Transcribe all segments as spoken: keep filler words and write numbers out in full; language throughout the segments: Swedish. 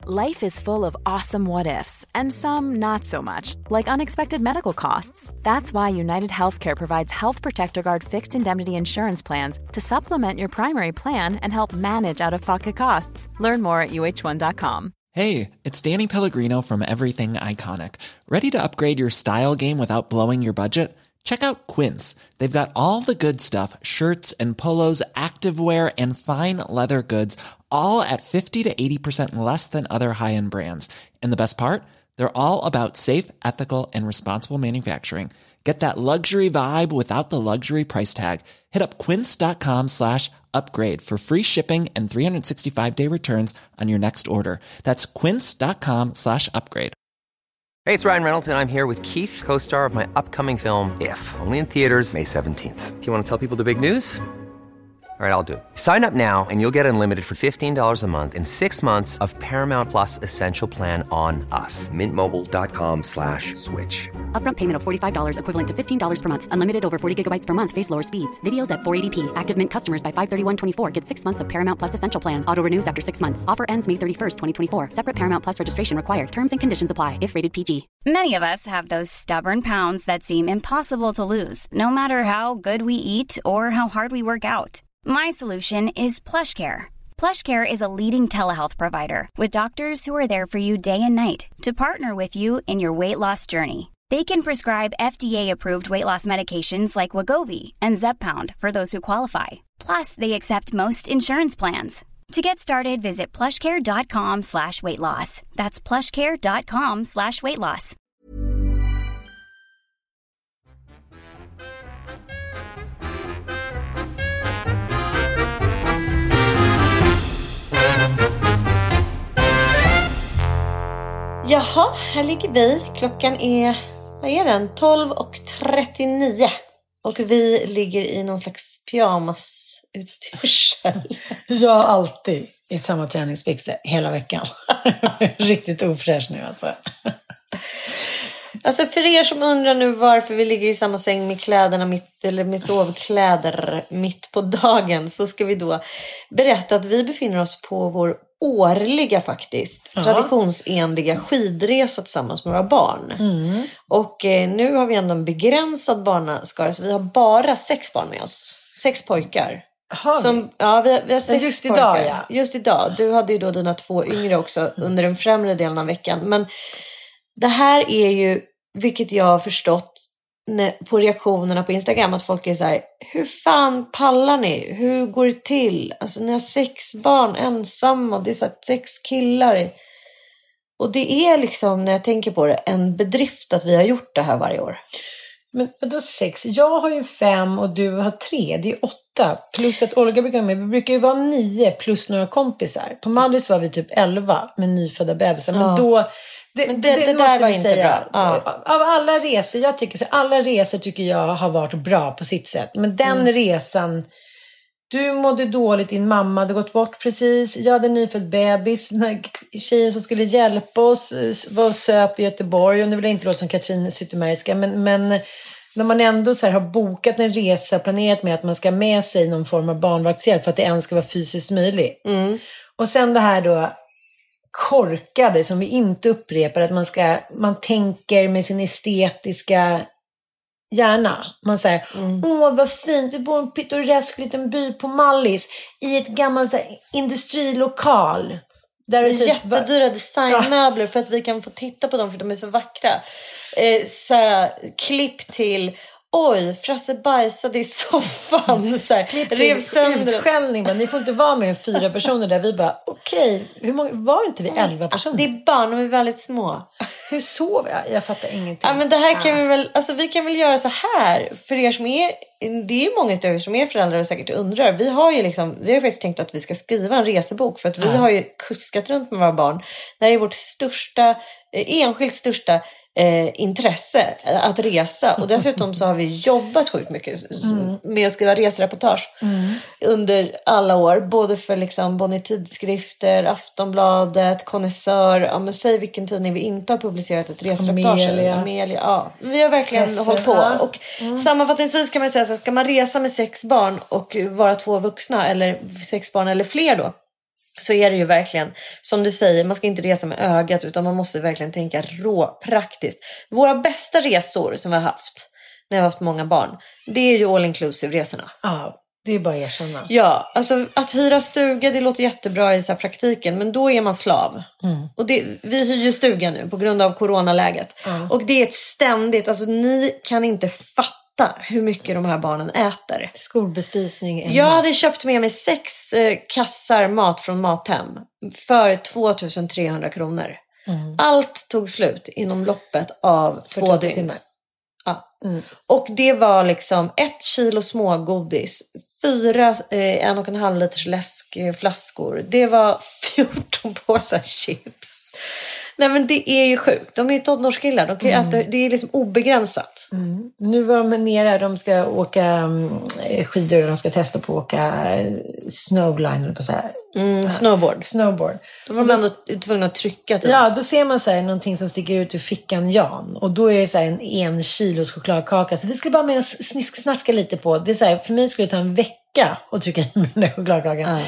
Life is full of awesome what-ifs, and some not so much, like unexpected medical costs. That's why United Healthcare provides Health Protector Guard fixed indemnity insurance plans to supplement your primary plan and help manage out-of-pocket costs. Learn more at U H one dot com. Hey, it's Danny Pellegrino from Everything Iconic. Ready to upgrade your style game without blowing your budget? Check out Quince. They've got all the good stuff, shirts and polos, activewear, and fine leather goods, all at fifty to eighty percent less than other high-end brands. And the best part? They're all about safe, ethical, and responsible manufacturing. Get that luxury vibe without the luxury price tag. Hit up quince.com slash upgrade for free shipping and three sixty-five day returns on your next order. That's quince.com slash upgrade. Hey, it's Ryan Reynolds, and I'm here with Keith, co-star of my upcoming film, If, only in theaters May seventeenth. Do you want to tell people the big news? All right, I'll do it. Sign up now and you'll get unlimited for fifteen dollars a month and six months of Paramount Plus Essential Plan on us. Mint Mobile dot com slash switch. Upfront payment of forty-five dollars equivalent to fifteen dollars per month. Unlimited over forty gigabytes per month. Face lower speeds. Videos at four eighty p. Active Mint customers by five thirty-one twenty-four get six months of Paramount Plus Essential Plan. Auto renews after six months. Offer ends May thirty-first, twenty twenty-four. Separate Paramount Plus registration required. Terms and conditions apply if rated P G. Many of us have those stubborn pounds that seem impossible to lose, no matter how good we eat or how hard we work out. My solution is PlushCare. PlushCare is a leading telehealth provider with doctors who are there for you day and night to partner with you in your weight loss journey. They can prescribe F D A-approved weight loss medications like Wegovy and Zepbound for those who qualify. Plus, they accept most insurance plans. To get started, visit plushcare.com slash weight loss. That's plushcare.com slash weight loss. Jaha, här ligger vi. Klockan är, vad är den? tolv och trettionio. Och vi ligger i någon slags pyjamasutstyrsel. Jag alltid i samma träningsbyxor hela veckan. Riktigt ofräsch nu alltså. Alltså för er som undrar nu varför vi ligger i samma säng med kläderna mitt, eller med sovkläder mitt på dagen, så ska vi då berätta att vi befinner oss på vår årliga faktiskt ja. traditionsenliga skidresa tillsammans med våra barn. Mm. Och eh, nu har vi ändå en begränsad barnaskara, så vi har bara sex barn med oss. Sex pojkar. Har vi? Som, ja, vi har, vi har sex just pojkar. idag, ja. Just idag. Du hade ju då dina två yngre också under den främre delen av veckan. Men det här är ju, vilket jag har förstått på reaktionerna på Instagram, att folk är så här: hur fan pallar ni? Hur går det till? Alltså ni har sex barn ensamma och det är så sex killar. Och det är liksom, när jag tänker på det, en bedrift att vi har gjort det här varje år. Men vadå sex? Jag har ju fem och du har tre. Det är åtta. Plus att Olga brukar med. Vi brukar ju vara nio plus några kompisar. På Mallis var vi typ elva med nyfödda bebisar. Men ja. då... Det, Men det, det, det måste där var vi inte säga. bra. Ja. Av alla resor, jag tycker så, alla resor tycker jag har varit bra på sitt sätt. Men den mm. resan, du mådde dåligt, din mamma hade gått bort precis. Jag hade nyfödd bebis. Den här tjejen som skulle hjälpa oss var och söp i Göteborg. Och nu vill jag inte låta som Katrin Zytomierska. Men, men när man ändå så här har bokat en resa, planerat med att man ska med sig någon form av barnvaktshjälp för att det ens ska vara fysiskt möjligt. Mm. Och sen det här då korkade som vi inte upprepar, att man ska, man tänker med sin estetiska hjärna. Man säger, mm. åh vad fint, vi bor i en pittoresk liten by på Mallis i ett gammalt så här, industrilokal. Där det är typ jättedyra designmöbler för att vi kan få titta på dem för de är så vackra. Eh, så här, klipp till oj, Frasse bajsade i soffan. Så här, klipp till utskällning. Ni får inte vara med en fyra personer där. Vi bara, okej, okay, hur många, var inte vi elva personer? Det är barn, de är väldigt små. Hur sov jag? Jag fattar ingenting. Ja, men det här kan vi väl, alltså vi kan väl göra så här. För er som är, det är ju många av er som är föräldrar och säkert undrar. Vi har ju liksom, vi har faktiskt tänkt att vi ska skriva en resebok. För att vi ja. har ju kuskat runt med våra barn. Det här är vårt största, enskilt största Eh, intresse att resa, och dessutom så har vi jobbat sjukt mycket mm. med att skriva resereportage mm. under alla år, både för liksom Bonnier Tidskrifter, Aftonbladet, Konnässör, ja men säg vilken tidning vi inte har publicerat ett resereportage. Amelia. Amelia, ja. Vi har verkligen Stressor. hållit på och mm. sammanfattningsvis kan man säga så att ska man resa med sex barn och vara två vuxna eller sex barn eller fler då, så är det ju verkligen, som du säger, man ska inte resa med ögat utan man måste verkligen tänka rå praktiskt. Våra bästa resor som vi har haft när vi har haft många barn, det är ju all inclusive resorna. Ja, det är bara att erkänna. Ja, alltså att hyra stuga, det låter jättebra i så här praktiken, men då är man slav. Mm. Och det, vi hyr ju stuga nu på grund av coronaläget. Mm. Och det är ett ständigt, alltså ni kan inte fatta hur mycket de här barnen äter. Skolbespisning. Jag hade köpt med mig sex eh, kassar mat från Mathem för tvåtusen kronor. Mm. Allt tog slut inom loppet av två dygn. Timmar. Ja. Mm. Och det var liksom ett kilo smågodis, fyra eh, en och en halv liters läskflaskor. Det var fjorton påsar chips. Nej, men det är ju sjukt. De är ju tonårskillar. De kan ju mm. äta, det är liksom obegränsat. Mm. Nu var de nere. De ska åka skidor och de ska testa på att åka snowline eller på så här. Mm, snowboard. Snowboard. Då var de ändå tvungna att trycka till. Ja, då ser man så här någonting som sticker ut ur fickan Jan. Och då är det så här en en kilos chokladkaka. Så vi skulle bara med och snisksnaska lite på. Det är så här, för mig skulle det ta en vecka att trycka i med den där chokladkakan. Mm.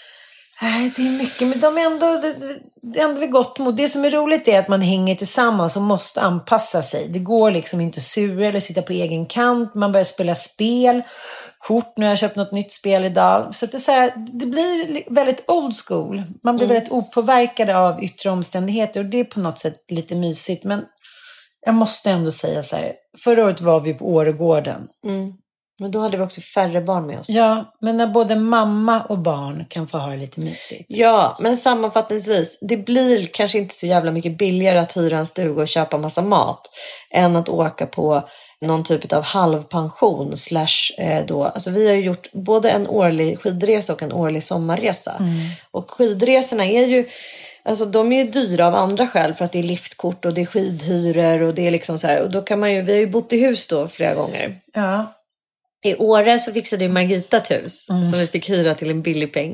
Nej, det är mycket, men de är ändå, det, det är ändå vid gott mod. Det som är roligt är att man hänger tillsammans och måste anpassa sig. Det går liksom inte att sura eller sitta på egen kant. Man börjar spela spel, kort. Nu har jag köpt något nytt spel idag. Så att det, är så här, det blir väldigt old school. Man blir mm. väldigt opåverkad av yttre omständigheter. Och det är på något sätt lite mysigt. Men jag måste ändå säga så här. Förra året var vi på Åregården. Mm. Men då hade vi också färre barn med oss. Ja, men när både mamma och barn kan få ha det lite mysigt. Ja, men sammanfattningsvis. Det blir kanske inte så jävla mycket billigare att hyra en stuga och köpa massa mat. Än att åka på någon typ av halvpension. Slash eh, då. Alltså vi har ju gjort både en årlig skidresa och en årlig sommarresa. Mm. Och skidresorna är ju... Alltså de är ju dyra av andra skäl för att det är liftkort och det är skidhyror och det är liksom så här. Och då kan man ju... Vi har ju bott i hus då flera gånger. Ja. I Åre så fixade ju Margita ett hus mm. som vi fick hyra till en billig peng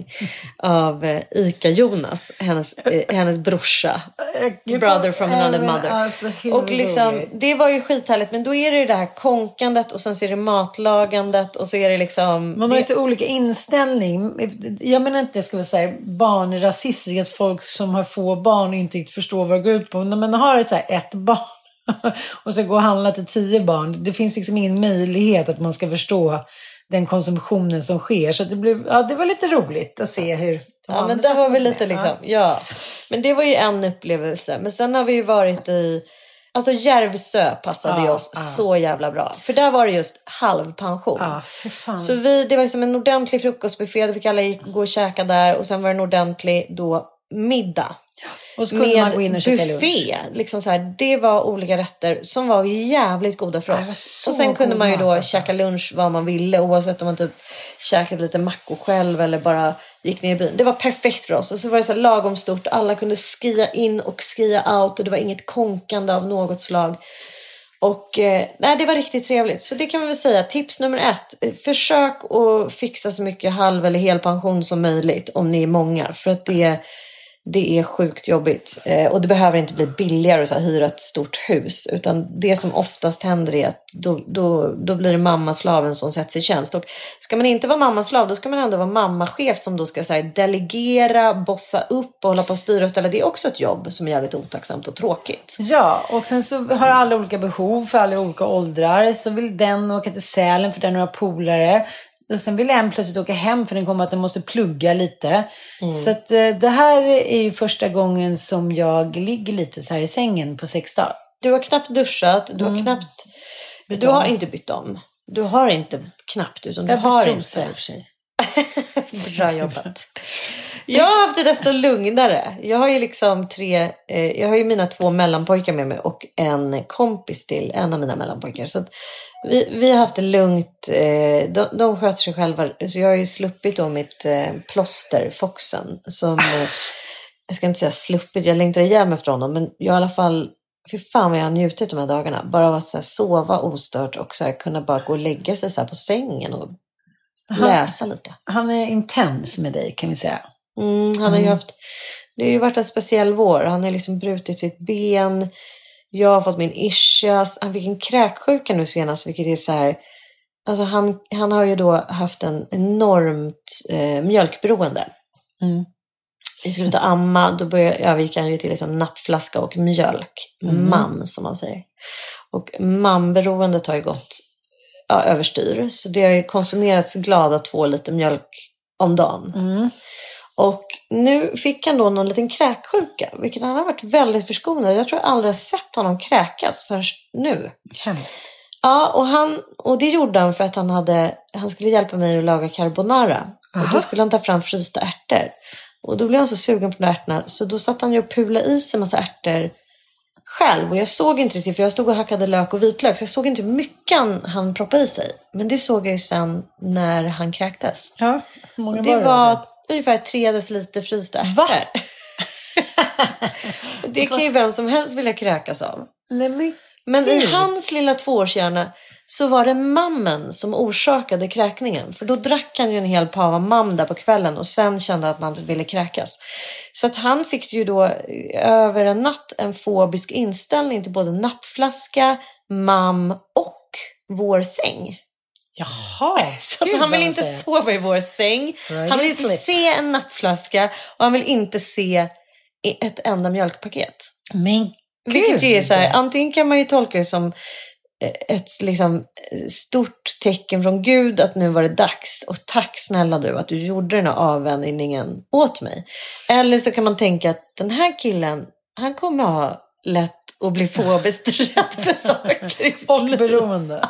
av eh, Ika Jonas, hennes, eh, hennes brorsa. Brother from another mother. Alltså, och liksom, det var ju skithärligt, men då är det ju det här konkandet och sen så är det matlagandet och så är det liksom... Man har ju det... så olika inställning. Jag menar inte, jag ska väl säga, barnrasistiskt, att folk som har få barn inte riktigt förstår vad det går ut på. Men man har ett, så här, ett barn och så gå och handla till tio barn. Det finns liksom ingen möjlighet att man ska förstå den konsumtionen som sker. Så det, blev, ja, det var lite roligt att se hur... Ja, men det var väl lite liksom... Ja. ja. Men det var ju en upplevelse. Men sen har vi ju varit i... Alltså Järvsö passade ja, oss ja. så jävla bra. För där var det just halvpension. Ja, för fan. Så vi, det var liksom en ordentlig frukostbuffé. Då fick alla gå och käka där. Och sen var det en ordentlig då middag. Och så kunde man gå in och käka buffé, liksom så här, det var olika rätter som var jävligt goda för oss. Och sen kunde man ju då alltså. käka lunch vad man ville, oavsett om man typ käkade lite mackor själv eller bara gick ner i byn. Det var perfekt för oss. Och så var det så här lagom stort, alla kunde skia in och skia out och det var inget konkande av något slag. Och eh, nej, det var riktigt trevligt. Så det kan man väl säga, tips nummer ett, försök att fixa så mycket halv- eller helpension som möjligt om ni är många, för att det Det är sjukt jobbigt. Eh, och det behöver inte bli billigare att så här, hyra ett stort hus. Utan det som oftast händer är att då, då, då blir det mammaslaven som sätts i tjänst. Och ska man inte vara mammaslav, då ska man ändå vara mammachef som då ska så här, delegera, bossa upp och hålla på att styra och ställa. Det är också ett jobb som är jävligt otacksamt och tråkigt. Ja, och sen så har alla olika behov för alla olika åldrar. Så vill den åka till Sälen för den har några polare. Och sen vill en plötsligt åka hem för den kommer att den måste plugga lite. Mm. Så att det här är ju första gången som jag ligger lite så här i sängen på sex dagar. Du har knappt duschat, du har mm. knappt... Bytt du om. har inte bytt om. Du har inte knappt, utan du jag har inte. Jag för sig. Bra jobbat. Jag har haft det desto lugnare. Jag har ju liksom tre... Eh, jag har ju mina två mellanpojkar med mig och en kompis till en av mina mellanpojkar. Så att vi, vi har haft det lugnt. Eh, de, de sköter sig själva. Så jag har ju sluppit då mitt eh, plåster, Foxen. Som... Eh, jag ska inte säga sluppit. Jag längtar ihjäl efter honom. Men jag har i alla fall... Fy fan vad jag har njutit de här dagarna. Bara att så här, sova ostört och så här, kunna bara gå och lägga sig så här på sängen och läsa han, lite. Han är intens med dig, kan vi säga. Mm, han har ju haft... Det har ju varit en speciell vår. Han har liksom brutit sitt ben. Jag har fått min ischias. Han fick en kräksjuka nu senast, vilket är så här... Alltså han, han har ju då haft en enormt eh, mjölkberoende. Mm. i slutet av amma, då började, övergick han ju till liksom nappflaska och mjölk. Mm. Mam, som man säger. Och mamberoendet har ju gått ja, överstyr. Så det har ju konsumerats glada två liter mjölk om dagen. Mm. Och nu fick han då någon liten kräksjuka, vilket han har varit väldigt förskonad. Jag tror jag aldrig har sett honom kräkas först nu. Hemskt. Ja, och, han, och det gjorde han för att han, hade, han skulle hjälpa mig att laga carbonara. Aha. Och då skulle han ta fram frysta ärtor. Och då blev han så sugen på de ärtorna. Så då satt han ju och pula i sig en massa ärtor själv. Och jag såg inte riktigt, för jag stod och hackade lök och vitlök. Så jag såg inte hur mycket han, han proppade i sig. Men det såg jag ju sen när han kräktes. Ja, hur många det var det? var ungefär tre deciliter frysta ärtor. Va? Det kan ju vem som helst vilja kräkas av. Nej, men Men i Gud. hans lilla tvåårshjärna så var det mammen som orsakade kräkningen. För då drack han ju en hel pava mam där på kvällen och sen kände att han ville kräkas. Så att han fick ju då över en natt en fobisk inställning till både nappflaska, mam och vår säng. Jaha. Så att Gud, han vill vad inte säger. sova i vår säng. Friday Han vill inte slip. se en nappflaska och han vill inte se ett enda mjölkpaket. Men Vilket ju är så här, Gud. antingen kan man ju tolka det som ett liksom stort tecken från Gud att nu var det dags och tack snälla du att du gjorde den här avvänjningen åt mig. Eller så kan man tänka att den här killen, han kommer ha lätt att bli fobiskt rädd för saker i sitt Och liv. beroende.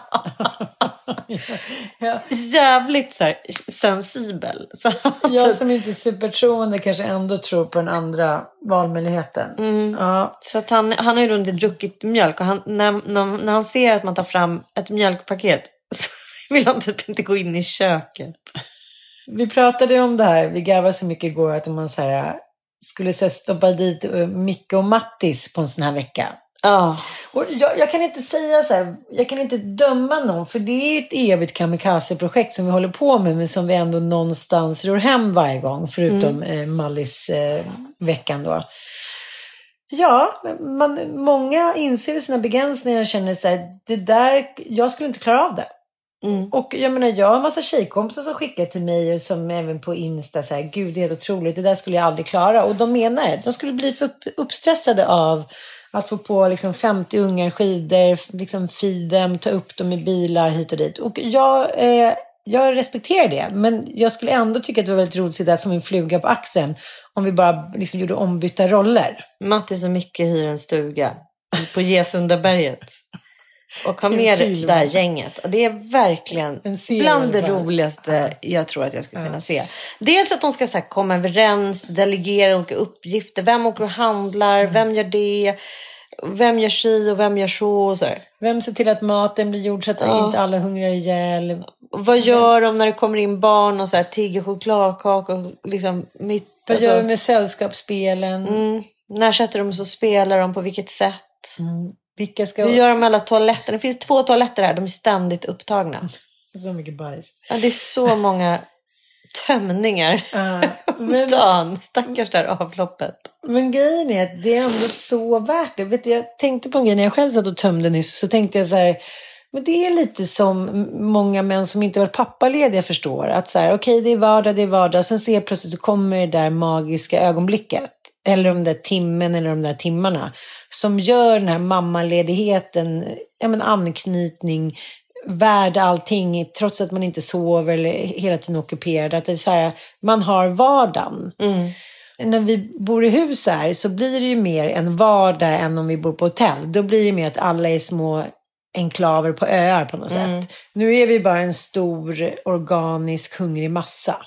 ja. Jävligt så här, sensibel. Så att, Jag som inte är supertroende kanske ändå tror på den andra valmöjligheten. Mm. Ja. Så att han, han har ju då inte druckit mjölk. Och han, när, när, när han ser att man tar fram ett mjölkpaket så vill han typ inte gå in i köket. Vi pratade om det här, vi garvade så mycket igår att om man så här, skulle så här, stoppa dit uh, Micke och Mattis på en sån här vecka. Ja. Och jag, jag kan inte säga så här, jag kan inte döma någon, för det är ju ett evigt kamikaze-projekt som vi håller på med, men som vi ändå någonstans rör hem varje gång, förutom mm. eh, Mallis eh, veckan då. Ja, man, många inser sina begränsningar och känner så här, det där, jag skulle inte klara av det. Mm. Och jag menar, jag har en massa tjejkompisar som skickar till mig och som även på Insta så här, gud det är helt otroligt, det där skulle jag aldrig klara. Och de menar det, de skulle bli för upp, uppstressade av att få på liksom femtio ungar skidor, liksom feed dem, ta upp dem i bilar hit och dit. Och jag, eh, jag respekterar det, men jag skulle ändå tycka att det var väldigt roligt att sitta som en fluga på axeln om vi bara liksom gjorde ombytta roller. Mattis och Micke hyr en stuga på Gesundaberget. Och ha med det där gänget. Och det är verkligen bland det roligaste jag tror att jag ska kunna se. Dels att de ska så här, komma överens, delegera olika uppgifter. Vem åker och handlar? Mm. Vem gör det? Vem gör si och vem gör så? Och så här. Vem ser till att maten blir gjord så att ja. inte alla hungrar ihjäl? Vad gör de när det kommer in barn och så här, tigger chokladkakor? Liksom mitt, Vad alltså, gör vi med sällskapsspelen? Mm, när sätter de så spelar de på vilket sätt? Mm. Vilka ska... Hur gör de med alla toaletter? Det finns två toaletter här, de är ständigt upptagna. Så mycket bajs. Ja, det är så många tömningar. Uh, men... Dan, stackars där avloppet. Men grejen är att det är ändå så värt det. Vet du, jag tänkte på en grej när jag själv satt och tömde nyss. Så tänkte jag så här, men det är lite som många män som inte varit pappalediga förstår. Att så här, okej okay, det är vardag, det är vardag. Sen ser jag plötsligt så kommer det där magiska ögonblicket. Eller de där timmen eller de där timmarna. Som gör den här mammaledigheten, ja men anknytning, värd allting. Trots att man inte sover eller hela tiden ockuperad. Att det är så här, man har vardagen. Mm. När vi bor i hus här så blir det ju mer en vardag än om vi bor på hotell. Då blir det mer att alla är små enklaver på öar på något mm. sätt. Nu är vi bara en stor organisk hungrig massa.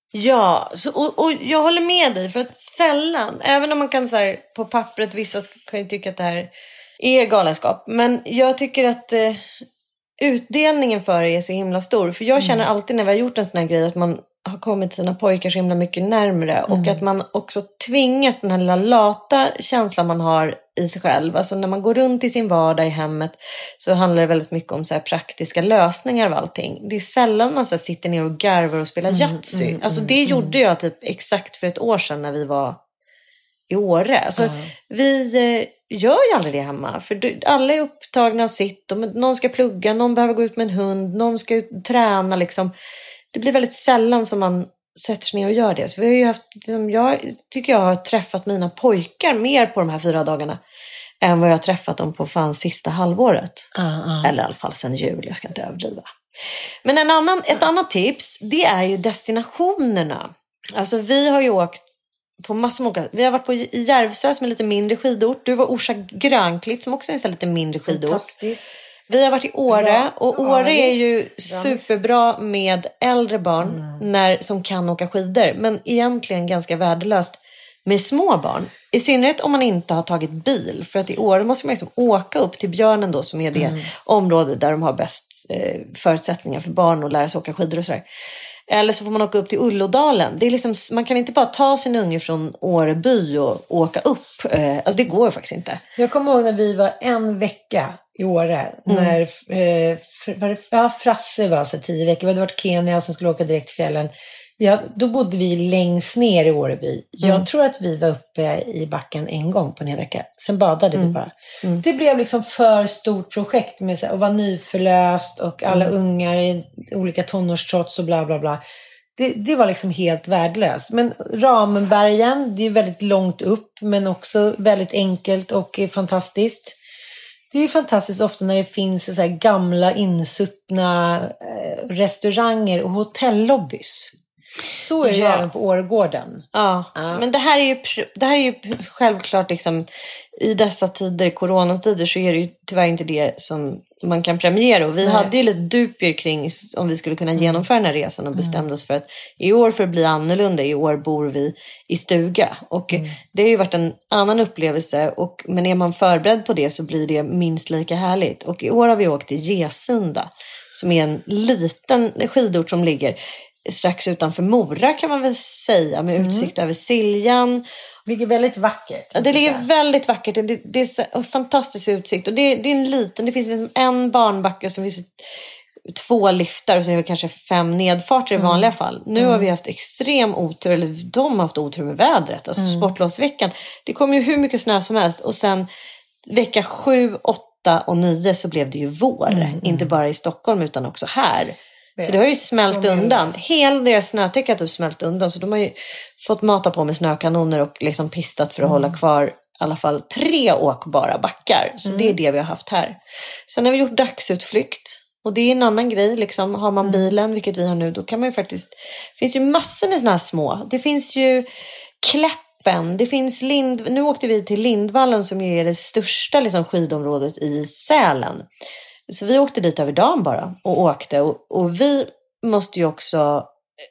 Ja, så, och, och jag håller med dig för att sällan, även om man kan säga på pappret, vissa kan ju tycka att det här är galenskap, men jag tycker att eh, utdelningen för det är så himla stor, för jag känner mm. alltid när vi har gjort en sån här grej att man har kommit sina pojkar så himla mycket närmare mm. och att man också tvingas, den här lilla lata känslan man har i sig själv, alltså när man går runt i sin vardag i hemmet så handlar det väldigt mycket om så här praktiska lösningar av allting. Det är sällan man så här sitter ner och garvar och spelar Yatzy. Mm, mm, alltså det mm, gjorde jag typ exakt för ett år sedan när vi var i Åre. Alltså mm. vi eh, gör ju aldrig det hemma, för alla är upptagna av sitt och någon ska plugga, någon behöver gå ut med en hund, någon ska ut, träna liksom. Det blir väldigt sällan som man sätter sig ner och gör det. Så vi har ju haft, liksom, jag tycker jag har träffat mina pojkar mer på de här fyra dagarna än vad jag har träffat dem på fan sista halvåret. Uh, uh. Eller i alla fall sen jul, jag ska inte överdriva. Men en annan, ett annat tips, det är ju destinationerna. Alltså vi har ju åkt på massor av, vi har varit på Järvsö som är lite mindre skidort. Du var Orsa Grönklitt som också är en lite mindre skidort. Fantastiskt. Vi har varit i Åre och Åre ja, är ju bra. superbra med äldre barn mm. när, som kan åka skidor. Men egentligen ganska värdelöst med små barn. I synnerhet om man inte har tagit bil. För att i Åre måste man liksom åka upp till Björnen då som är det mm. område där de har bäst eh, förutsättningar för barn att lära sig åka skidor och sådär. Eller så får man åka upp till Ullådalen. Det är liksom, man kan inte bara ta sin unge från Åreby och åka upp. Eh, alltså det går faktiskt inte. Jag kommer ihåg när vi var en vecka i Åre. Mm. När eh, var det, ja, Frasse var så tio veckor. Vi hade varit i Kenya och sen skulle åka direkt till fjällen. Ja, då bodde vi längst ner i Åreby. Jag mm. tror att vi var uppe i backen en gång på en hel vecka. Sen badade mm. vi bara. Mm. Det blev liksom för stort projekt med så, att vara nyförlöst och alla mm. ungar i olika tonårstrots och bla bla bla. Det, det var liksom helt värdelöst. Men Ramenbergen, det är ju väldigt långt upp men också väldigt enkelt och fantastiskt. Det är ju fantastiskt ofta när det finns så här gamla insuttna eh, restauranger och hotellobbys. Så är det ja. även på Åregården. Ja, ja, men det här är ju, det här är ju självklart liksom, i dessa tider, coronatider, så är det ju tyvärr inte det som man kan premiera. Och vi Nej. hade ju lite dupier kring om vi skulle kunna mm. genomföra den här resan och bestämde mm. oss för att i år för att bli annorlunda, i år bor vi i stuga. Och mm. det har ju varit en annan upplevelse, och, men är man förberedd på det så blir det minst lika härligt. Och i år har vi åkt till Gesunda som är en liten skidort som ligger strax utanför Mora kan man väl säga, med mm. utsikt över Siljan. Det ligger väldigt vackert. Ja, det ligger säga. väldigt vackert. Det, det är en fantastisk utsikt. Och det, det är en liten, det finns liksom en barnbacke som finns två liftar och så är det kanske fem nedfarter i mm. vanliga fall. Nu mm. har vi haft extrem otur, eller de har haft otur med vädret. Alltså mm. sportlovsveckan. Det kom ju hur mycket snö som helst. Och sen vecka sju, åtta och nio så blev det ju vår. Mm. Inte bara i Stockholm utan också här. Så det har ju smält undan. Hela deras snötäcke har typ smält undan. Så de har ju fått mata på med snökanoner och liksom pistat för att mm. hålla kvar i alla fall tre åkbara backar. Så mm. det är det vi har haft här. Sen har vi gjort dagsutflykt. Och det är en annan grej. Liksom, har man bilen, vilket vi har nu, då kan man ju faktiskt... Det finns ju massor med såna här små. Det finns ju Kläppen. Det finns Lind... Nu åkte vi till Lindvallen som ju är det största liksom, skidområdet i Sälen. Så vi åkte dit över dagen bara och åkte. Och, och vi måste ju också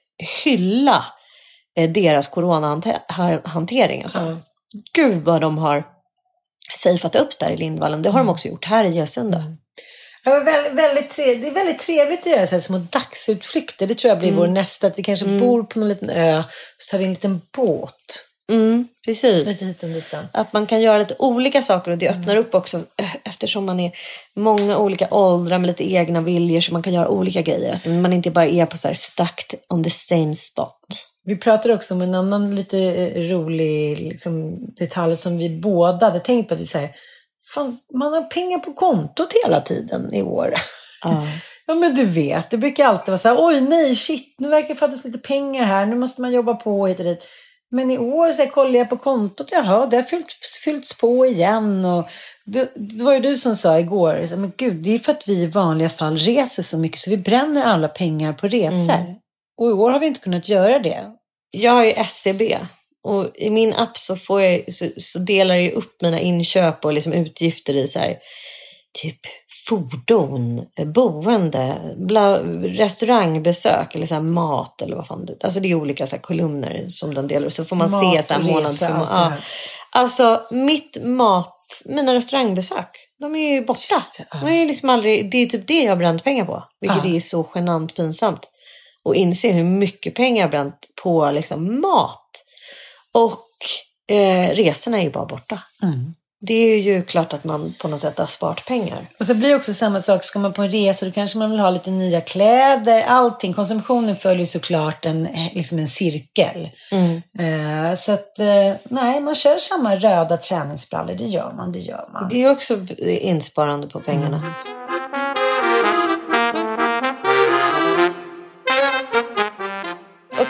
hylla eh, deras coronahantering. Alltså. Mm. Gud vad de har safeat upp där i Lindvallen. Det har mm. de också gjort här i Gesunda. Mm. Ja, väldigt, väldigt tre, det är väldigt trevligt att göra så här små dagsutflykter. Det tror jag blir mm. vår nästa. Att vi kanske mm. bor på någon liten ö. Så tar vi en liten båt. Mm, precis. Lite liten, liten. Att man kan göra lite olika saker. Och det öppnar mm. upp också. Eftersom man är många olika åldrar med lite egna viljor. Så man kan göra olika grejer. Att man inte bara är på så här stuck on the same spot. Vi pratade också om en annan lite rolig liksom, detalj som vi båda hade tänkt på. Att vi säger, fan, man har pengar på kontot hela tiden i år. Ja. Ja, men du vet, det brukar alltid vara så här, oj nej, shit, nu verkar det fattas lite pengar här. Nu måste man jobba på hit och dit. Men i år så här, kollar jag på kontot, jaha, det har fyllts, fyllts på igen. Och det, det var ju du som sa igår, så, men gud, det är för att vi i vanliga fall reser så mycket så vi bränner alla pengar på resor. Mm. Och i år har vi inte kunnat göra det. Jag har ju S C B och i min app så, får jag, så, så delar jag upp mina inköp och liksom utgifter i så här, typ fordon, boende, bla, restaurangbesök eller så här mat eller vad fan det, alltså det är olika så här kolumner som den delar, så får man mat, se så här månad för månad. Ja. Alltså mitt mat, mina restaurangbesök, de är ju borta. De är liksom aldrig, det är typ det jag har bränt pengar på, vilket ja. är så genant pinsamt. Och inse hur mycket pengar jag har bränt på liksom mat. Och eh, resorna är ju bara borta. Mm. Det är ju klart att man på något sätt har sparat pengar. Och så blir det också samma sak. Ska man på en resa, då kanske man vill ha lite nya kläder. Allting. Konsumtionen följer såklart en, liksom en cirkel. Mm. Eh, så att, eh, nej, man kör samma röda träningsbrallor. Det gör man, det gör man. Det är också insparande på pengarna. Mm.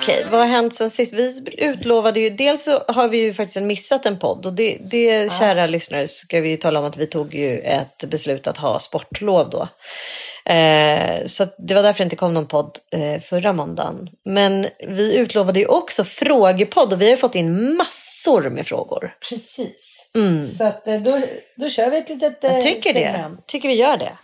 Okej, vad har hänt sen sist? Vi utlovade ju, dels så har vi ju faktiskt missat en podd. Och det, det ja. kära lyssnare, ska vi tala om att vi tog ju ett beslut att ha sportlov då. Eh, så det var därför det inte kom någon podd eh, förra måndagen. Men vi utlovade ju också frågepodd och vi har fått in massor med frågor. Precis. Mm. Så att, då, då kör vi ett litet eh, Jag tycker segment. det. Tycker vi gör det.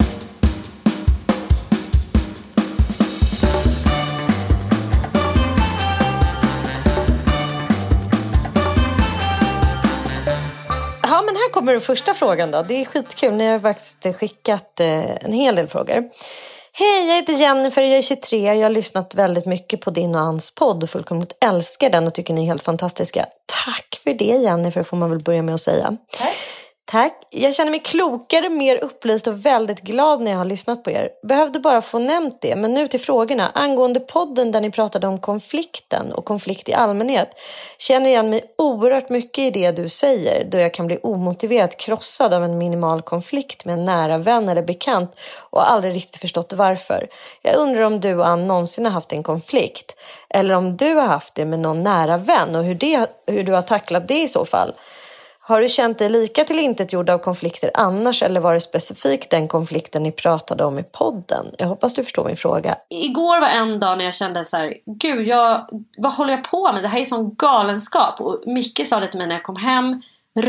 Ja, men här kommer den första frågan då. Det är skitkul. Ni har faktiskt skickat eh, en hel del frågor. Hej, jag heter Jennifer, jag är tjugotre. Jag har lyssnat väldigt mycket på din och Anns podd och fullkomligt älskar den och tycker ni är helt fantastiska. Tack för det, Jennifer, får man väl börja med att säga. Tack. Tack. Jag känner mig klokare, mer upplyst och väldigt glad när jag har lyssnat på er. Behövde bara få nämnt det, men nu till frågorna. Angående podden där ni pratade om konflikten och konflikt i allmänhet. Känner igen mig oerhört mycket i det du säger, då jag kan bli omotiverat krossad av en minimal konflikt med en nära vän eller bekant och aldrig riktigt förstått varför. Jag undrar om du och Ann någonsin har haft en konflikt, eller om du har haft det med någon nära vän och hur, det, hur du har tacklat det i så fall. Har du känt dig lika tillintetgjord av konflikter annars, eller var det specifikt den konflikten ni pratade om i podden? Jag hoppas du förstår min fråga. Igår var en dag när jag kände så här, gud, jag, vad håller jag på med? Det här är sån galenskap. Och Micke sa det till mig när jag kom hem,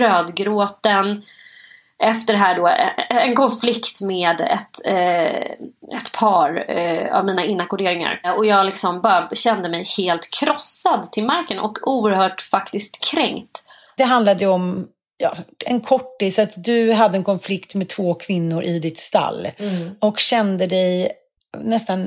rödgråten. Efter det här då, en konflikt med ett, eh, ett par eh, av mina inackorderingar. Och jag liksom bara kände mig helt krossad till marken och oerhört faktiskt kränkt. Det handlade om ja, en kortis, att du hade en konflikt med två kvinnor i ditt stall. Mm. Och kände dig nästan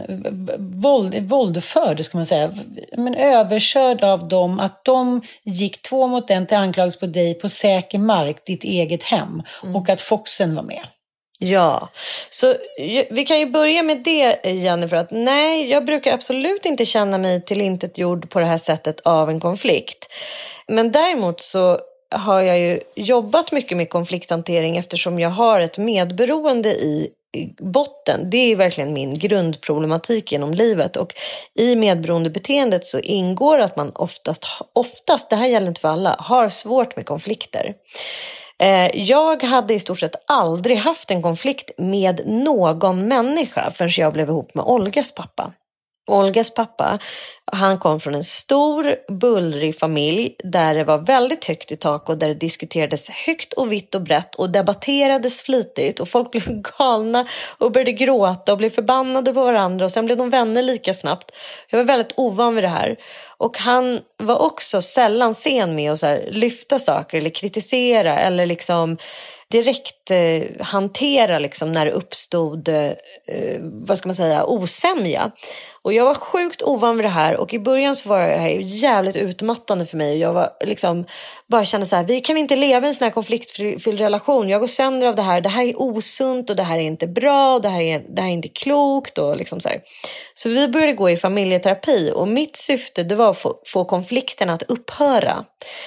våld, våldförd, ska man säga. Men överkörd av dem, att de gick två mot en till anklagelser på dig på säker mark, ditt eget hem. Mm. Och att Foxen var med. Ja, så vi kan ju börja med det, Jennifer, att nej, jag brukar absolut inte känna mig tillintetgjord på det här sättet av en konflikt. Men däremot så har jag ju jobbat mycket med konflikthantering eftersom jag har ett medberoende i botten. Det är verkligen min grundproblematik genom livet, och i medberoendebeteendet så ingår att man oftast, oftast, det här gäller inte för alla, har svårt med konflikter. Jag hade i stort sett aldrig haft en konflikt med någon människa förrän jag blev ihop med Olgas pappa. Olgas pappa, han kom från en stor, bullrig familj där det var väldigt högt i tak och där det diskuterades högt och vitt och brett och debatterades flitigt och folk blev galna och började gråta och blev förbannade på varandra och sen blev de vänner lika snabbt. Jag var väldigt ovan vid det här. Och han var också sällan sen med att så här lyfta saker eller kritisera eller liksom direkt eh, hantera liksom när det uppstod eh, vad ska man säga, osämja. Och jag var sjukt ovan vid det här, och i början så var det här jävligt utmattande för mig. Och jag var liksom bara kände så här, vi kan inte leva i en sån här konfliktfylld relation. Jag går sönder av det här. Det här är osunt och det här är inte bra och det här är, det här är inte klokt och liksom så här. Så vi började gå i familjeterapi, och mitt syfte det var att få, få konflikterna att upphöra.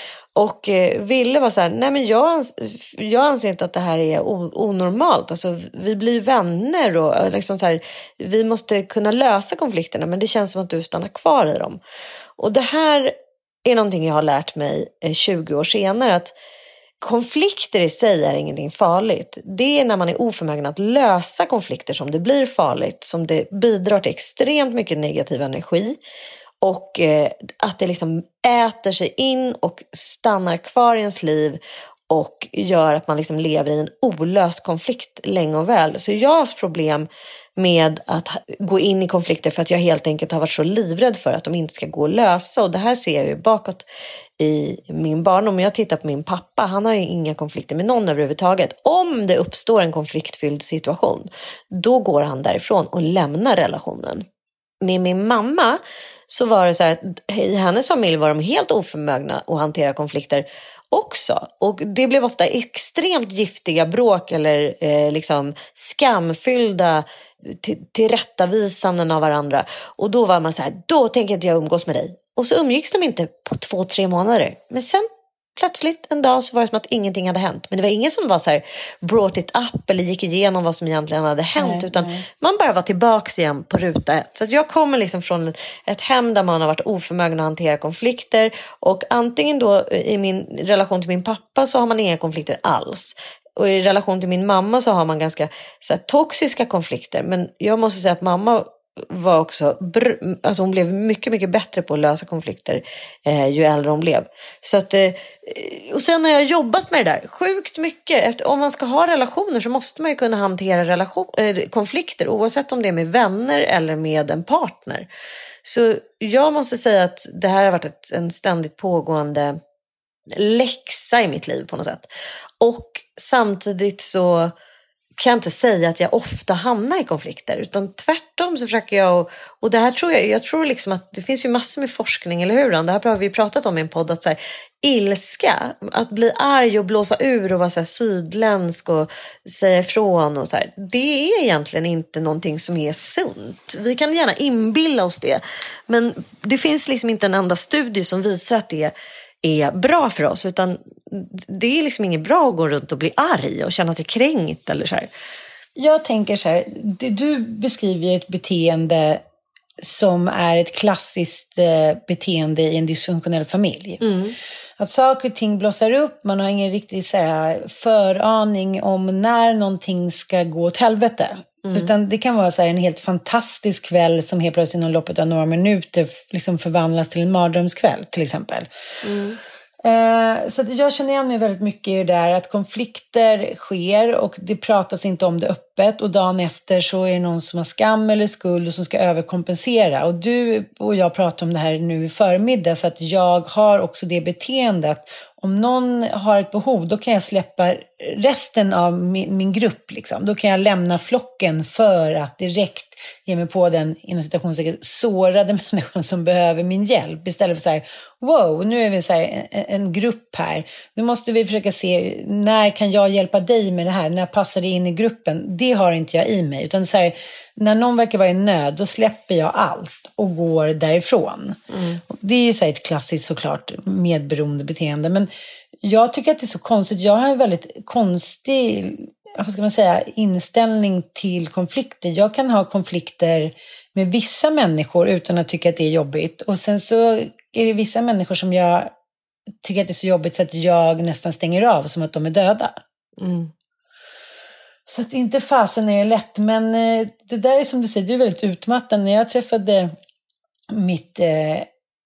Och eh, ville vara så här, nej men jag, ans- jag anser inte att det här är o- onormalt. Alltså vi blir vänner och liksom så här, vi måste kunna lösa konflikterna, men det känns som att du stannar kvar i dem. Och det här är någonting jag har lärt mig eh, tjugo år senare, att konflikter i sig är ingenting farligt. Det är när man är oförmögen att lösa konflikter som det blir farligt, som det bidrar till extremt mycket negativ energi. Och eh, att det liksom äter sig in och stannar kvar i ens liv och gör att man liksom lever i en olöst konflikt länge och väl. Så jag har haft problem med att gå in i konflikter för att jag helt enkelt har varit så livrädd för att de inte ska gå att lösa. Och det här ser jag ju bakåt i min barndom. Om jag tittar på min pappa, han har ju inga konflikter med någon överhuvudtaget. Om det uppstår en konfliktfylld situation, då går han därifrån och lämnar relationen. Med min mamma så var det så här att i hennes familj var de helt oförmögna att hantera konflikter också. Och det blev ofta extremt giftiga bråk eller eh, liksom skamfyllda till, tillrättavisanden av varandra. Och då var man så här, då tänker inte jag umgås med dig. Och så umgicks de inte på två, tre månader. Men sen plötsligt en dag så var det som att ingenting hade hänt. Men det var ingen som var så här brought it up eller gick igenom vad som egentligen hade hänt. Nej, utan nej. Man bara var tillbaka igen på ruta ett. Så att jag kommer liksom från ett hem där man har varit oförmögen att hantera konflikter. Och antingen då i min relation till min pappa så har man inga konflikter alls. Och i relation till min mamma så har man ganska så här, toxiska konflikter. Men jag måste säga att mamma var också, alltså hon blev mycket, mycket bättre på att lösa konflikter eh, ju äldre hon blev. Så att, eh, och sen har jag jobbat med det där sjukt mycket. Efter, om man ska ha relationer så måste man ju kunna hantera relation, eh, konflikter oavsett om det är med vänner eller med en partner. Så jag måste säga att det här har varit ett, en ständigt pågående läxa i mitt liv på något sätt. Och samtidigt så kan jag inte säga att jag ofta hamnar i konflikter, utan tvärtom så försöker jag, och, och det här tror jag, jag tror liksom att det finns ju massor med forskning, eller hur? Det här har vi pratat om i en podd, att så här, ilska, att bli arg och blåsa ur och vara så här sydländsk och säga ifrån och så här, det är egentligen inte någonting som är sunt. Vi kan gärna inbilla oss det, men det finns liksom inte en enda studie som visar att det är bra för oss, utan det är liksom inget bra att gå runt och bli arg och känna sig kränkt eller så här. Jag tänker så här, det, du beskriver ett beteende som är ett klassiskt eh, beteende i en dysfunktionell familj. Mm. Att saker och ting blossar upp, man har ingen riktig så här, föraning om när någonting ska gå åt helvete. Mm. Utan det kan vara så här, en helt fantastisk kväll som helt plötsligt inom loppet av några minuter liksom förvandlas till en mardrömskväll till exempel. Mm. Eh, så att jag känner igen mig väldigt mycket i det där att konflikter sker och det pratas inte om det öppet, och dagen efter så är det någon som har skam eller skuld och som ska överkompensera. Och du och jag pratar om det här nu i förmiddag, så att jag har också det beteendet. Om någon har ett behov, då kan jag släppa resten av min, min grupp. Liksom. Då kan jag lämna flocken för att direkt ge mig på den inom citationstecken sårade människan som behöver min hjälp. Istället för så här, wow, nu är vi så här en, en grupp här. Nu måste vi försöka se, när kan jag hjälpa dig med det här? När passar det in i gruppen? Det har inte jag i mig. Utan så här, när någon verkar vara i nöd, då släpper jag allt och går därifrån. Mm. Det är ju så här ett klassiskt såklart medberoende beteende. Men jag tycker att det är så konstigt. Jag har en väldigt konstig, vad ska man säga, inställning till konflikter. Jag kan ha konflikter med vissa människor utan att tycka att det är jobbigt. Och sen så är det vissa människor som jag tycker att det är så jobbigt så att jag nästan stänger av som att de är döda. Mm. Så att inte fasen är det lätt. Men det där är som du säger, det är väldigt utmattande. När jag träffade mitt eh,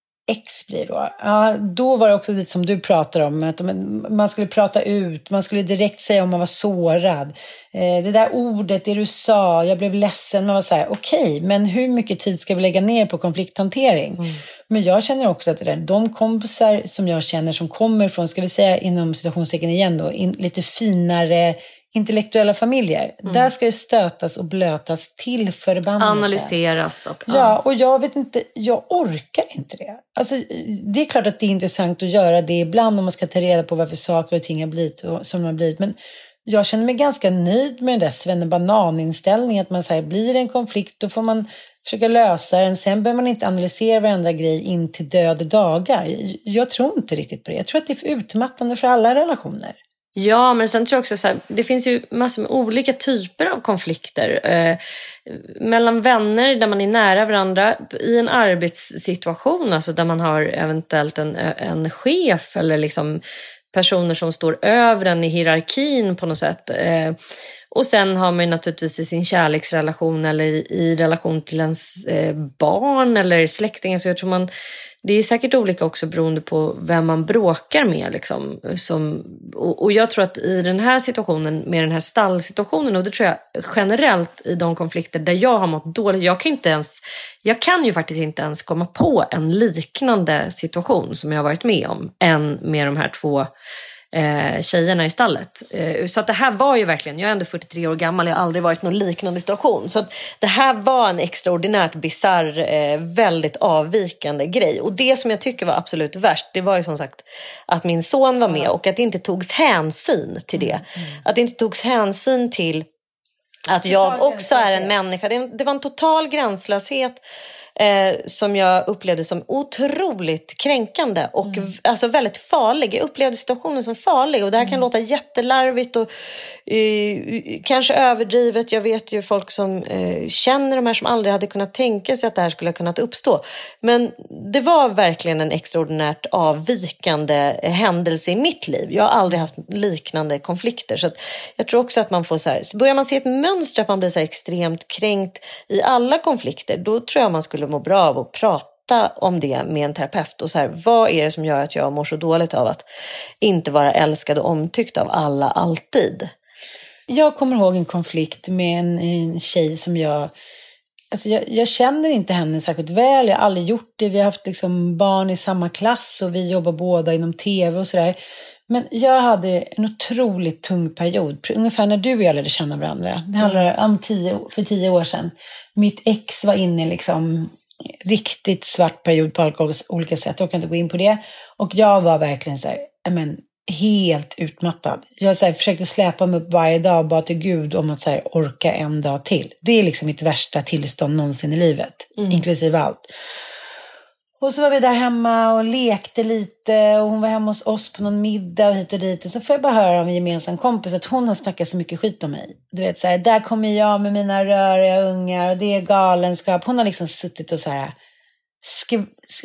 ex blir då. Ja, då var det också lite som du pratar om. Att man skulle prata ut. Man skulle direkt säga om man var sårad. Eh, det där ordet, det du sa. Jag blev ledsen. Man var så här, okej. Okay, men hur mycket tid ska vi lägga ner på konflikthantering? Mm. Men jag känner också att det där, de kompisar som jag känner som kommer från, ska vi säga inom situationstecken igen då, in, lite finare intellektuella familjer. Mm. Där ska det stötas och blötas till förbannelse. Analyseras. Och, ja. ja, och jag vet inte, jag orkar inte det. Alltså, det är klart att det är intressant att göra det ibland om man ska ta reda på varför saker och ting har blivit som de har blivit. Men jag känner mig ganska nöjd med den där svennebanan-inställningen. Att man säger, blir det en konflikt då får man försöka lösa den. Sen behöver man inte analysera varandra grej in till döda dagar. Jag tror inte riktigt på det. Jag tror att det är för utmattande för alla relationer. Ja, men sen tror jag också så här, det finns ju massor med olika typer av konflikter eh, mellan vänner där man är nära varandra, i en arbetssituation, alltså där man har eventuellt en, en chef eller liksom personer som står över en i hierarkin på något sätt. Eh, och sen har man ju naturligtvis i sin kärleksrelation eller i, i relation till ens eh, barn eller släktingar, så jag tror man det är säkert olika också beroende på vem man bråkar med. Liksom, som, och, och jag tror att i den här situationen, med den här stallsituationen, och det tror jag generellt i de konflikter där jag har mått dåligt, jag kan, inte ens, jag kan ju faktiskt inte ens komma på en liknande situation som jag har varit med om än med de här två eh, tjejerna i stallet. Eh, så att det här var ju verkligen, jag är ändå fyrtiotre år gammal, jag har aldrig varit i någon liknande situation. Så att det här var en extraordinärt bizarr, eh, väldigt avvikande grej. Och det som jag tycker var absolut värst, det var ju som sagt att min son var med och att det inte togs hänsyn till det. Mm. Att det inte togs hänsyn till att jag också är en människa. Det var en total gränslöshet. eh, som jag upplevde som otroligt kränkande och mm. v- alltså väldigt farlig. Jag upplevde situationen som farlig och det här kan mm. låta jättelarvigt och eh, kanske överdrivet. Jag vet ju folk som eh, känner de här som aldrig hade kunnat tänka sig att det här skulle ha kunnat uppstå. Men det var verkligen en extraordinärt avvikande eh, händelse i mitt liv. Jag har aldrig haft liknande konflikter, så att jag tror också att man får så här, så börjar man se ett mönster att man blir så här extremt kränkt i alla konflikter, då tror jag man skulle må bra av att prata om det med en terapeut och så här, vad är det som gör att jag mår så dåligt av att inte vara älskad och omtyckt av alla alltid. Jag kommer ihåg en konflikt med en, en tjej som jag Alltså jag, jag känner inte henne särskilt väl, jag har aldrig gjort det. Vi har haft liksom barn i samma klass och vi jobbar båda inom tv och sådär. Men jag hade en otroligt tung period, ungefär när du och jag lärde känna varandra. Det handlar om tio, för tio år sedan. Mitt ex var inne i liksom riktigt svart period på olika sätt, jag kan inte gå in på det. Och jag var verkligen så här, men helt utmattad. Jag så här, försökte släpa mig upp varje dag och bara till Gud om att så här, orka en dag till. Det är liksom mitt värsta tillstånd någonsin i livet, mm. inklusive allt. Och så var vi där hemma och lekte lite och hon var hemma hos oss på någon middag och hit och dit. Och så får jag bara höra om en gemensam kompis att hon har snackat så mycket skit om mig. Du vet så här, där kommer jag med mina röriga ungar och det är galenskap. Hon har liksom suttit och så här sk-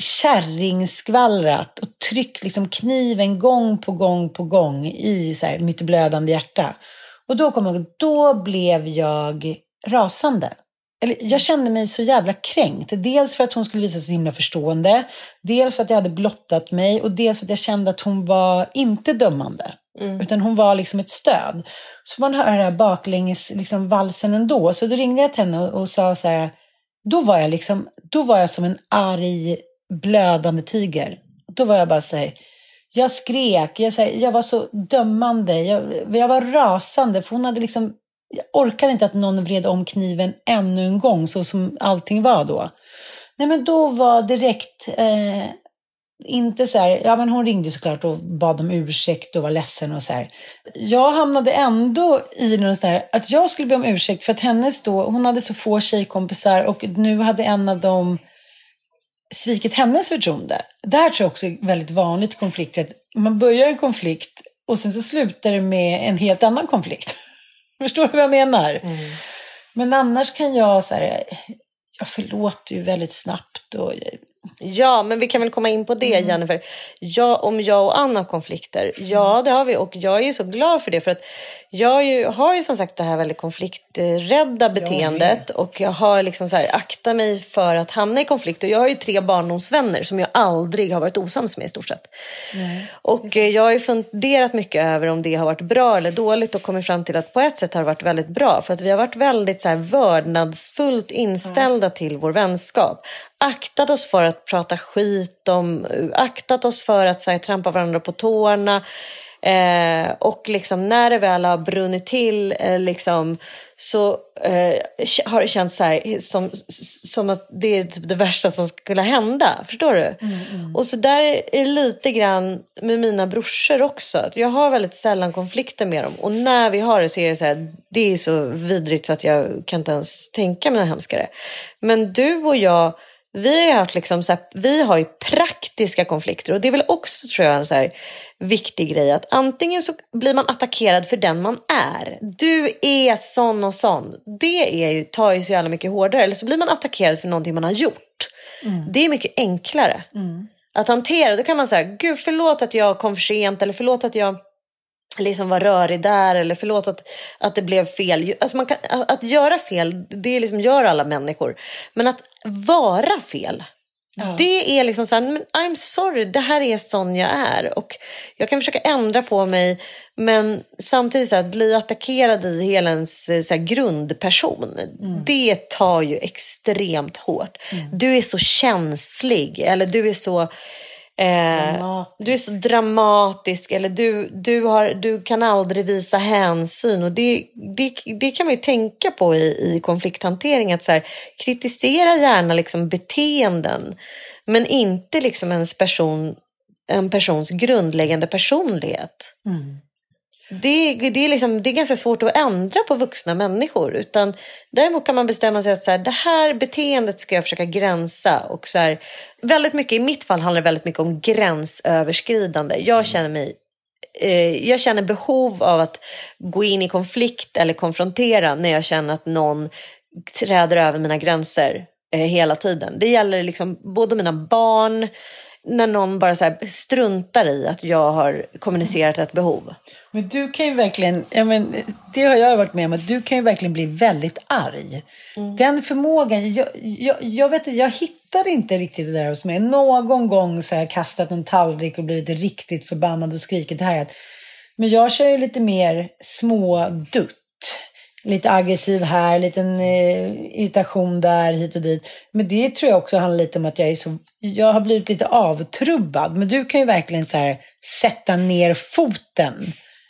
kärringskvallrat och tryckt liksom kniven gång på gång på gång i så här mitt blödande hjärta. Och då kom jag, då blev jag rasande. Eller, jag kände mig så jävla kränkt. Dels för att hon skulle visa sig så himla förstående. Dels för att jag hade blottat mig. Och dels för att jag kände att hon var inte dömande. Mm. Utan hon var liksom ett stöd. Så man hör det här baklänges liksom valsen ändå. Så då ringde jag till henne och, och sa så här. Då var jag liksom, då var jag som en arg, blödande tiger. Då var jag bara så här. Jag skrek. Jag, så här, jag var så dömande. Jag, jag var rasande. För hon hade liksom... Jag orkade inte att någon vred om kniven ännu en gång så som allting var då. Nej, men då var direkt eh, inte så här, ja men hon ringde såklart och bad om ursäkt och var ledsen och så här. Jag hamnade ändå i någon så här, att jag skulle be om ursäkt för att hennes då, hon hade så få tjejkompisar och nu hade en av dem svikit hennes förtroende. Det här tror jag också är väldigt vanligt i konflikter, att man börjar en konflikt och sen så slutar det med en helt annan konflikt. Förstår du vad jag menar? Mm. Men annars kan jag så här, jag förlåter ju väldigt snabbt. Och... Ja, men vi kan väl komma in på det, mm. Jennifer. Ja, om jag och Anna har konflikter. Ja, det har vi. Och jag är ju så glad för det. För att jag ju, har ju som sagt det här väldigt konflikträdda beteendet. Och jag har liksom så här, akta mig för att hamna i konflikt. Och jag har ju tre barndomsvänner som jag aldrig har varit osams med i stort sett. Mm. Och jag har ju funderat mycket över om det har varit bra eller dåligt. Och kommit fram till att på ett sätt har det varit väldigt bra. För att vi har varit väldigt så här vördnadsfullt inställda mm. till vår vänskap. Aktat oss för att prata skit om, aktat oss för att så här, trampa varandra på tårna. Eh, och liksom när det väl har brunnit till eh, liksom, så eh, har det känts så här, som, som att det är typ det värsta som skulle hända. Förstår du? Mm, mm. Och så där är lite grann med mina brorsor också. Jag har väldigt sällan konflikter med dem. Och när vi har det så är det så här, det är så vidrigt så att jag kan inte ens tänka mig något hemskare. Men du och jag, vi har haft liksom så här, vi har ju praktiska konflikter. Och det är väl också, tror jag, en så här viktig grej att antingen så blir man attackerad för den man är. Du är sån och sån. Det är ju, tar ju så jävla mycket hårdare. Eller så blir man attackerad för någonting man har gjort. Mm. Det är mycket enklare mm. att hantera. Då kan man säga, gud förlåt att jag kom för sent. Eller förlåt att jag liksom var rörig där. Eller förlåt att, att det blev fel. Alltså man kan, att göra fel, det liksom gör alla människor. Men att vara fel, ja. Det är liksom så här, I'm sorry, det här är sån jag är. Och jag kan försöka ändra på mig, men samtidigt så här, att bli attackerad i hela ens så här, grundperson, mm. det tar ju extremt hårt. Mm. Du är så känslig, eller du är så Eh, du är så dramatisk, eller du, du, har, du kan aldrig visa hänsyn. Och det, det, det kan man ju tänka på i, i konflikthantering, att så här, kritisera gärna liksom beteenden, men inte liksom ens person, en persons grundläggande personlighet. Mm. Det, det, är liksom, det är ganska svårt att ändra på vuxna människor. Utan däremot kan man bestämma sig att så här, det här beteendet ska jag försöka gränsa. Och så här, väldigt mycket, i mitt fall handlar det väldigt mycket om gränsöverskridande. Jag känner mig eh, jag känner behov av att gå in i konflikt eller konfrontera när jag känner att någon träder över mina gränser eh, hela tiden. Det gäller liksom både mina barn, när någon bara så här struntar i att jag har kommunicerat ett behov. Men du kan ju verkligen, ja men, det har jag varit med om, att du kan ju verkligen bli väldigt arg. Mm. Den förmågan, jag, jag, jag vet inte, jag hittar inte riktigt det där hos mig. Någon gång så har jag kastat en tallrik och blivit riktigt förbannad och skrikit här. Men jag kör ju lite mer smådutt. Lite aggressiv här, liten eh, irritation där, hit och dit. Men det tror jag också handlar lite om att jag är så, jag har blivit lite avtrubbad. Men du kan ju verkligen så här sätta ner foten.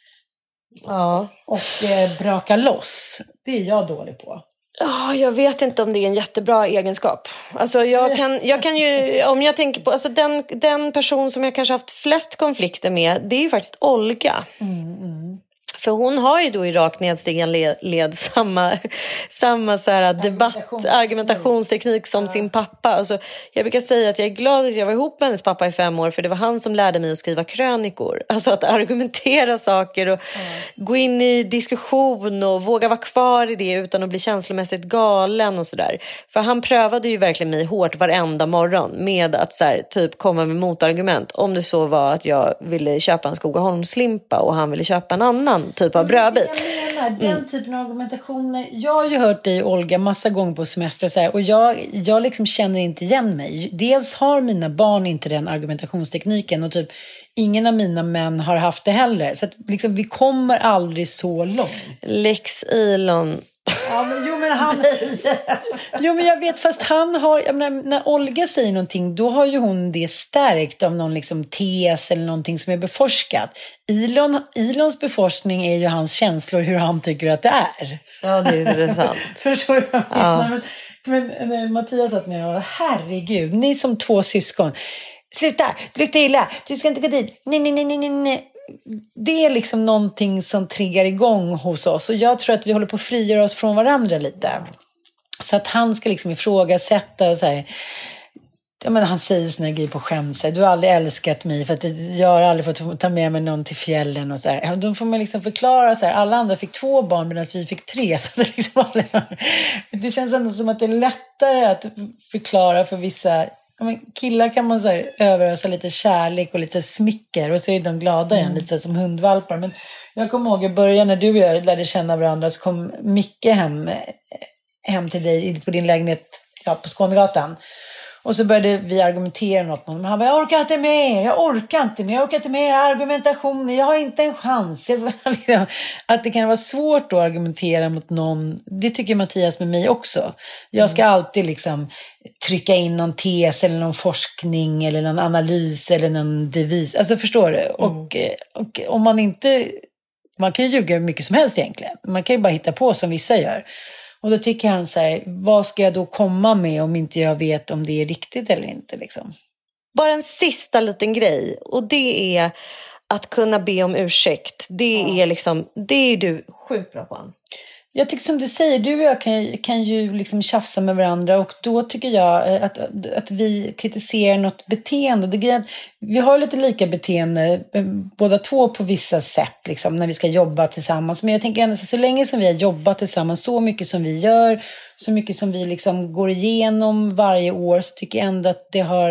Ja. Och eh, braka loss. Det är jag dålig på. Ja, jag vet inte om det är en jättebra egenskap. Alltså jag kan, jag kan ju, om jag tänker på, alltså den, den person som jag kanske haft flest konflikter med, det är ju faktiskt Olga. Mm, mm. För hon har ju då i rakt nedstigande led, led samma, samma så här debatt, Argumentation. argumentationsteknik som ja. sin pappa. Alltså, jag brukar säga att jag är glad att jag var ihop med hennes pappa i fem år, för det var han som lärde mig att skriva krönikor. Alltså att argumentera saker och ja. gå in i diskussion och våga vara kvar i det utan att bli känslomässigt galen och sådär. För han prövade ju verkligen mig hårt varenda morgon med att så här, typ komma med motargument. Om det så var att jag ville köpa en Skogaholmslimpa och han ville köpa en annan typ av brödbit. Jag menar, den mm. typen av argumentationer. Jag har ju hört dig, Olga, massa gånger på semester så här, och jag, jag liksom känner inte igen mig. Dels har mina barn inte den argumentationstekniken och typ ingen av mina män har haft det heller. Så att liksom, vi kommer aldrig så långt. Lex Elon. Ja, men, jo, men han, jo, men jag vet, fast han har, jag menar, när Olga säger någonting, då har ju hon det stärkt av någon liksom tes eller någonting som är beforskat. Elon, Elons beforskning är ju hans känslor, hur han tycker att det är. Ja, det är intressant. Förstår du vad jag menar? Men, men nej, Mattias sa att mig, herregud, ni som två syskon, sluta, du luktar illa, du ska inte gå dit, nej, nej, nej, nej, nej. Det är liksom någonting som triggar igång hos oss. Och jag tror att vi håller på att frigöra oss från varandra lite. Så att han ska liksom ifrågasätta och så här. Ja, men han säger såna grejer på skämt. Du har aldrig älskat mig för att jag har aldrig fått ta med mig någon till fjällen och så här. Då får man liksom förklara så här. Alla andra fick två barn medan vi fick tre. Så det, liksom aldrig... det känns ändå som att det är lättare att förklara för vissa... Ja, men killar kan man så här överösa lite kärlek och lite smicker och så är de glada igen, mm. lite så som hundvalpar. Men jag kommer ihåg i början när du och jag lärde känna varandra, så kom Micke hem, hem till dig på din lägenhet, ja, på Skånegatan. Och så började vi argumentera något med honom. Han bara, jag orkar inte mer, jag orkar inte mer, jag orkar inte mer argumentation, jag har inte en chans. Jag, att det kan vara svårt att argumentera mot någon, det tycker Mattias med mig också. Jag ska alltid liksom trycka in någon tes eller någon forskning eller någon analys eller någon devis. Alltså förstår du? Mm. Och, och om man inte, man kan ju ljuga hur mycket som helst egentligen. Man kan ju bara hitta på som vissa gör. Och då tycker han så här, vad ska jag då komma med om inte jag vet om det är riktigt eller inte liksom? Bara en sista liten grej, och det är att kunna be om ursäkt. Det ja. är liksom, det är du sjukt bra på. Jag tycker som du säger, du och jag kan, kan ju liksom tjafsa med varandra, och då tycker jag att, att vi kritiserar något beteende. Det är, vi har lite lika beteende båda två på vissa sätt liksom, när vi ska jobba tillsammans. Men jag tänker ändå så, så länge som vi har jobbat tillsammans, så mycket som vi gör, så mycket som vi liksom går igenom varje år, så tycker jag ändå att det har,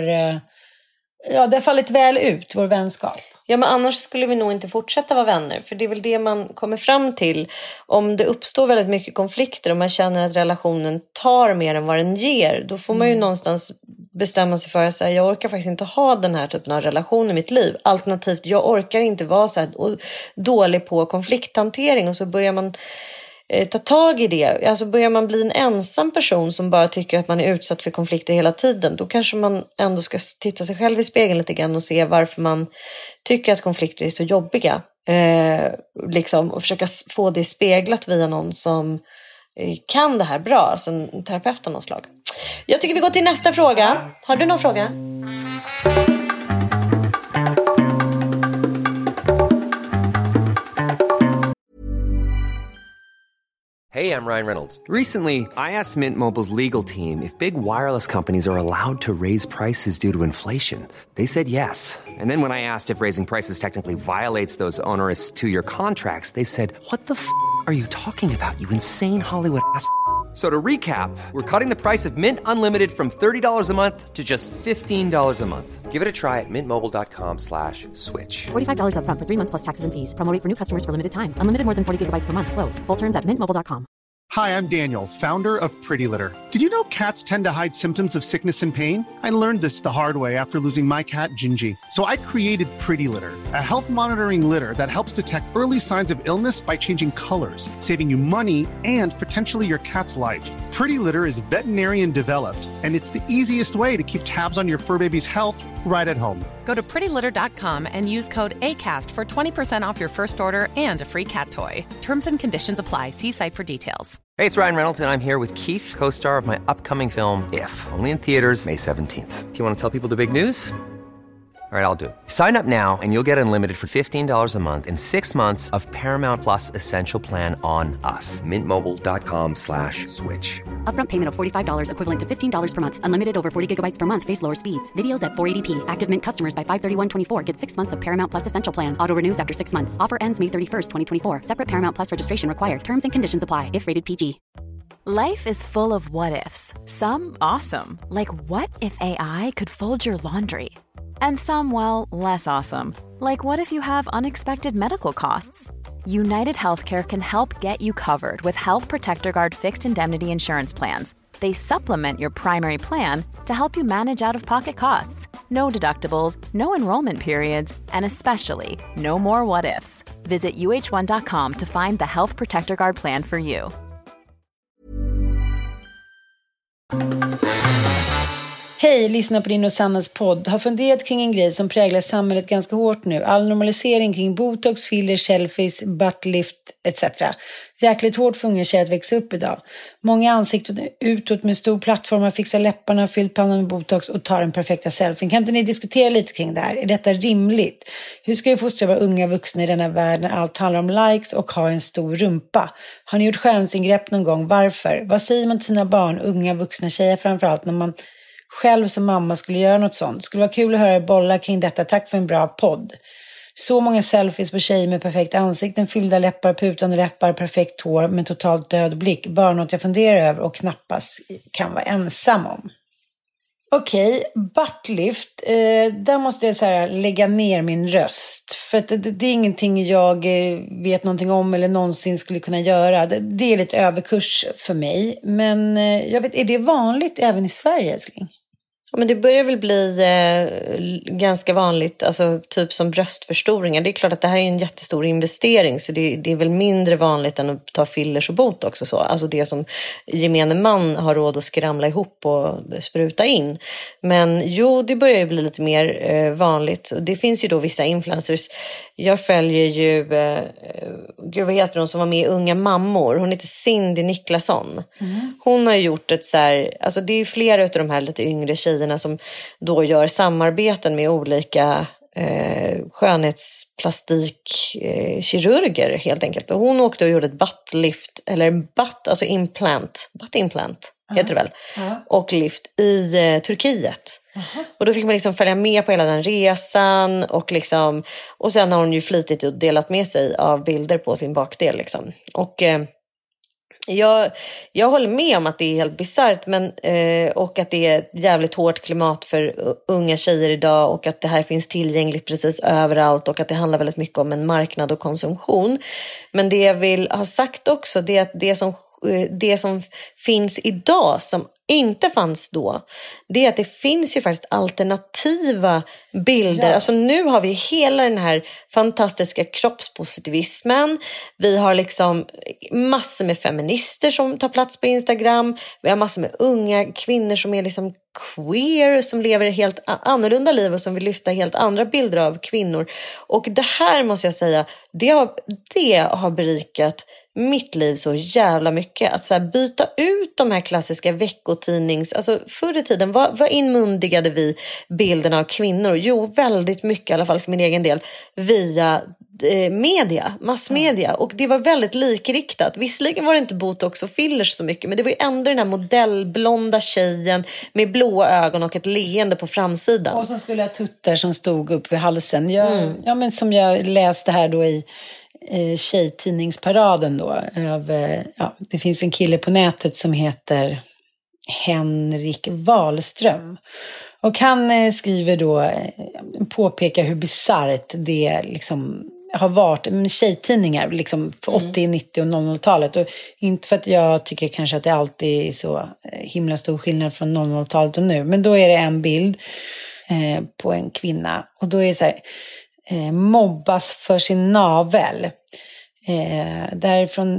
ja, det har fallit väl ut, vår vänskap. Ja, men annars skulle vi nog inte fortsätta vara vänner. För det är väl det man kommer fram till. Om det uppstår väldigt mycket konflikter och man känner att relationen tar mer än vad den ger, då får man ju mm. någonstans bestämma sig för att säga, jag orkar faktiskt inte ha den här typen av relation i mitt liv. Alternativt, jag orkar inte vara så här dålig på konflikthantering. Och så börjar man eh, ta tag i det. Alltså börjar man bli en ensam person som bara tycker att man är utsatt för konflikter hela tiden, då kanske man ändå ska titta sig själv i spegeln lite grann och se varför man tycker att konflikter är så jobbiga. Eh, liksom, och försöka få det speglat via någon som eh, kan det här bra. Alltså en terapeut av någon slag. Jag tycker vi går till nästa fråga. Har du någon fråga? Hey, I'm Ryan Reynolds. Recently, I asked Mint Mobile's legal team if big wireless companies are allowed to raise prices due to inflation. They said yes. And then when I asked if raising prices technically violates those onerous two-year contracts, they said, what the f*** are you talking about, you insane Hollywood ass f- So to recap, we're cutting the price of Mint Unlimited from thirty dollars a month to just fifteen dollars a month. Give it a try at mintmobile.com slash switch. forty-five dollars up front for three months plus taxes and fees. Promo rate for new customers for limited time. Unlimited more than forty gigabytes per month. Slows full terms at mint mobile dot com. Hi, I'm Daniel, founder of Pretty Litter. Did you know cats tend to hide symptoms of sickness and pain? I learned this the hard way after losing my cat, Gingy. So I created Pretty Litter, a health monitoring litter that helps detect early signs of illness by changing colors, saving you money and potentially your cat's life. Pretty Litter is veterinarian developed, and it's the easiest way to keep tabs on your fur baby's health right at home. Go to pretty litter dot com and use code ACAST for twenty percent off your first order and a free cat toy. Terms and conditions apply. See site for details. Hey, it's Ryan Reynolds, and I'm here with Keith, co-star of my upcoming film, If, only in theaters May seventeenth. Do you want to tell people the big news? All right, I'll do it. Sign up now and you'll get unlimited for fifteen dollars a month and six months of Paramount Plus Essential Plan on us. Mintmobile.com slash switch. Upfront payment of forty-five dollars equivalent to fifteen dollars per month. Unlimited over forty gigabytes per month. Face lower speeds. Videos at four eighty p. Active Mint customers by five thirty-one twenty-four get six months of Paramount Plus Essential Plan. Auto renews after six months. Offer ends May thirty-first, twenty twenty-four. Separate Paramount Plus registration required. Terms and conditions apply if rated P G. Life is full of what-ifs. Some awesome, like what if A I could fold your laundry? And some, well, less awesome, like what if you have unexpected medical costs? United Healthcare can help get you covered with Health Protector Guard fixed indemnity insurance plans. They supplement your primary plan to help you manage out-of-pocket costs. No deductibles, no enrollment periods, and especially no more what-ifs. Visit U H one dot com to find the Health Protector Guard plan for you. Hej, lyssna på din och Sannas podd. Har funderat kring en grej som präglar samhället ganska hårt nu. All normalisering kring botox, filler, selfies, buttlift et cetera. Jäkligt hårt för unga tjejer att växa upp idag. Många ansikten utåt med stor plattform har fixat läpparna, fyllt pannan med botox och tar den perfekta selfien. Kan inte ni diskutera lite kring det här? Är detta rimligt? Hur ska vi fostra våra unga vuxna i denna värld när allt handlar om likes och ha en stor rumpa? Har ni gjort skönhetsingrepp någon gång? Varför? Vad säger man till sina barn, unga vuxna tjejer framförallt, när man själv som mamma skulle göra något sånt? Skulle vara kul att höra er bolla kring detta. Tack för en bra podd. Så många selfies på tjejer med perfekt ansikten, fyllda läppar, putande läppar, perfekt hår med totalt död blick. Bara något jag funderar över och knappast kan vara ensam om. Okej, okay, buttlift. Eh, där måste jag så här lägga ner min röst. För att det, det är ingenting jag eh, vet någonting om eller någonsin skulle kunna göra. Det, det är lite överkurs för mig. Men eh, jag vet, är det vanligt även i Sverige, älskling? Men det börjar väl bli eh, ganska vanligt, alltså typ som bröstförstoringar. Det är klart att det här är en jättestor investering, så det, det är väl mindre vanligt än att ta fillers och botox och så. Alltså det som gemene man har råd att skramla ihop och spruta in. Men jo, det börjar ju bli lite mer eh, vanligt. Det finns ju då vissa influencers. Jag följer ju, eh, gud vad heter hon som var med i Unga mammor? Hon heter Cindy Niklasson. Mm. Hon har gjort ett så här, alltså det är flera av de här lite yngre tjejerna som då gör samarbeten med olika eh, skönhetsplastikkirurger eh, helt enkelt. Och hon åkte och gjorde ett buttlift, eller en butt, alltså implant, butt implant uh-huh. heter det väl, uh-huh. och lift i eh, Turkiet. Uh-huh. Och då fick man liksom följa med på hela den resan och liksom, och sen har hon ju flitigt och delat med sig av bilder på sin bakdel liksom. Och eh, Jag, jag håller med om att det är helt bizarrt, men, eh, och att det är ett jävligt hårt klimat för unga tjejer idag och att det här finns tillgängligt precis överallt och att det handlar väldigt mycket om en marknad och konsumtion. Men det jag vill ha sagt också, det är att det som, det som finns idag som inte fanns då, det är att det finns ju faktiskt alternativa bilder. Ja. Alltså nu har vi hela den här fantastiska kroppspositivismen. Vi har liksom massor med feminister som tar plats på Instagram. Vi har massor med unga kvinnor som är liksom queer, som lever helt annorlunda liv och som vill lyfta helt andra bilder av kvinnor. Och det här måste jag säga, det har, det har berikat mitt liv så jävla mycket. Att så här byta ut de här klassiska veckotidnings... Alltså förr i tiden, vad, vad inmundigade vi bilderna av kvinnor? Jo, väldigt mycket, i alla fall för min egen del, via eh, media, massmedia. Mm. Och det var väldigt likriktat. Visserligen var det inte botox och fillers så mycket, men det var ju ändå den här modellblonda tjejen med blåa ögon och ett leende på framsidan. Och så skulle jag tuttar som stod upp vid halsen. Jag, mm. Ja, men som jag läste här då i eh, tjejtidningsparaden då. Av, eh, ja, det finns en kille på nätet som heter Henrik Wahlström. Och han eh, skriver då, eh, påpekar hur bizarrt det liksom har varit med tjejtidningar liksom för mm. åttio-, nittio- och noll noll-talet. Och inte för att jag tycker kanske att det alltid är så eh, himla stor skillnad från noll noll-talet och nu. Men då är det en bild eh, på en kvinna. Och då är det så här, eh, mobbas för sin navel. Eh, därifrån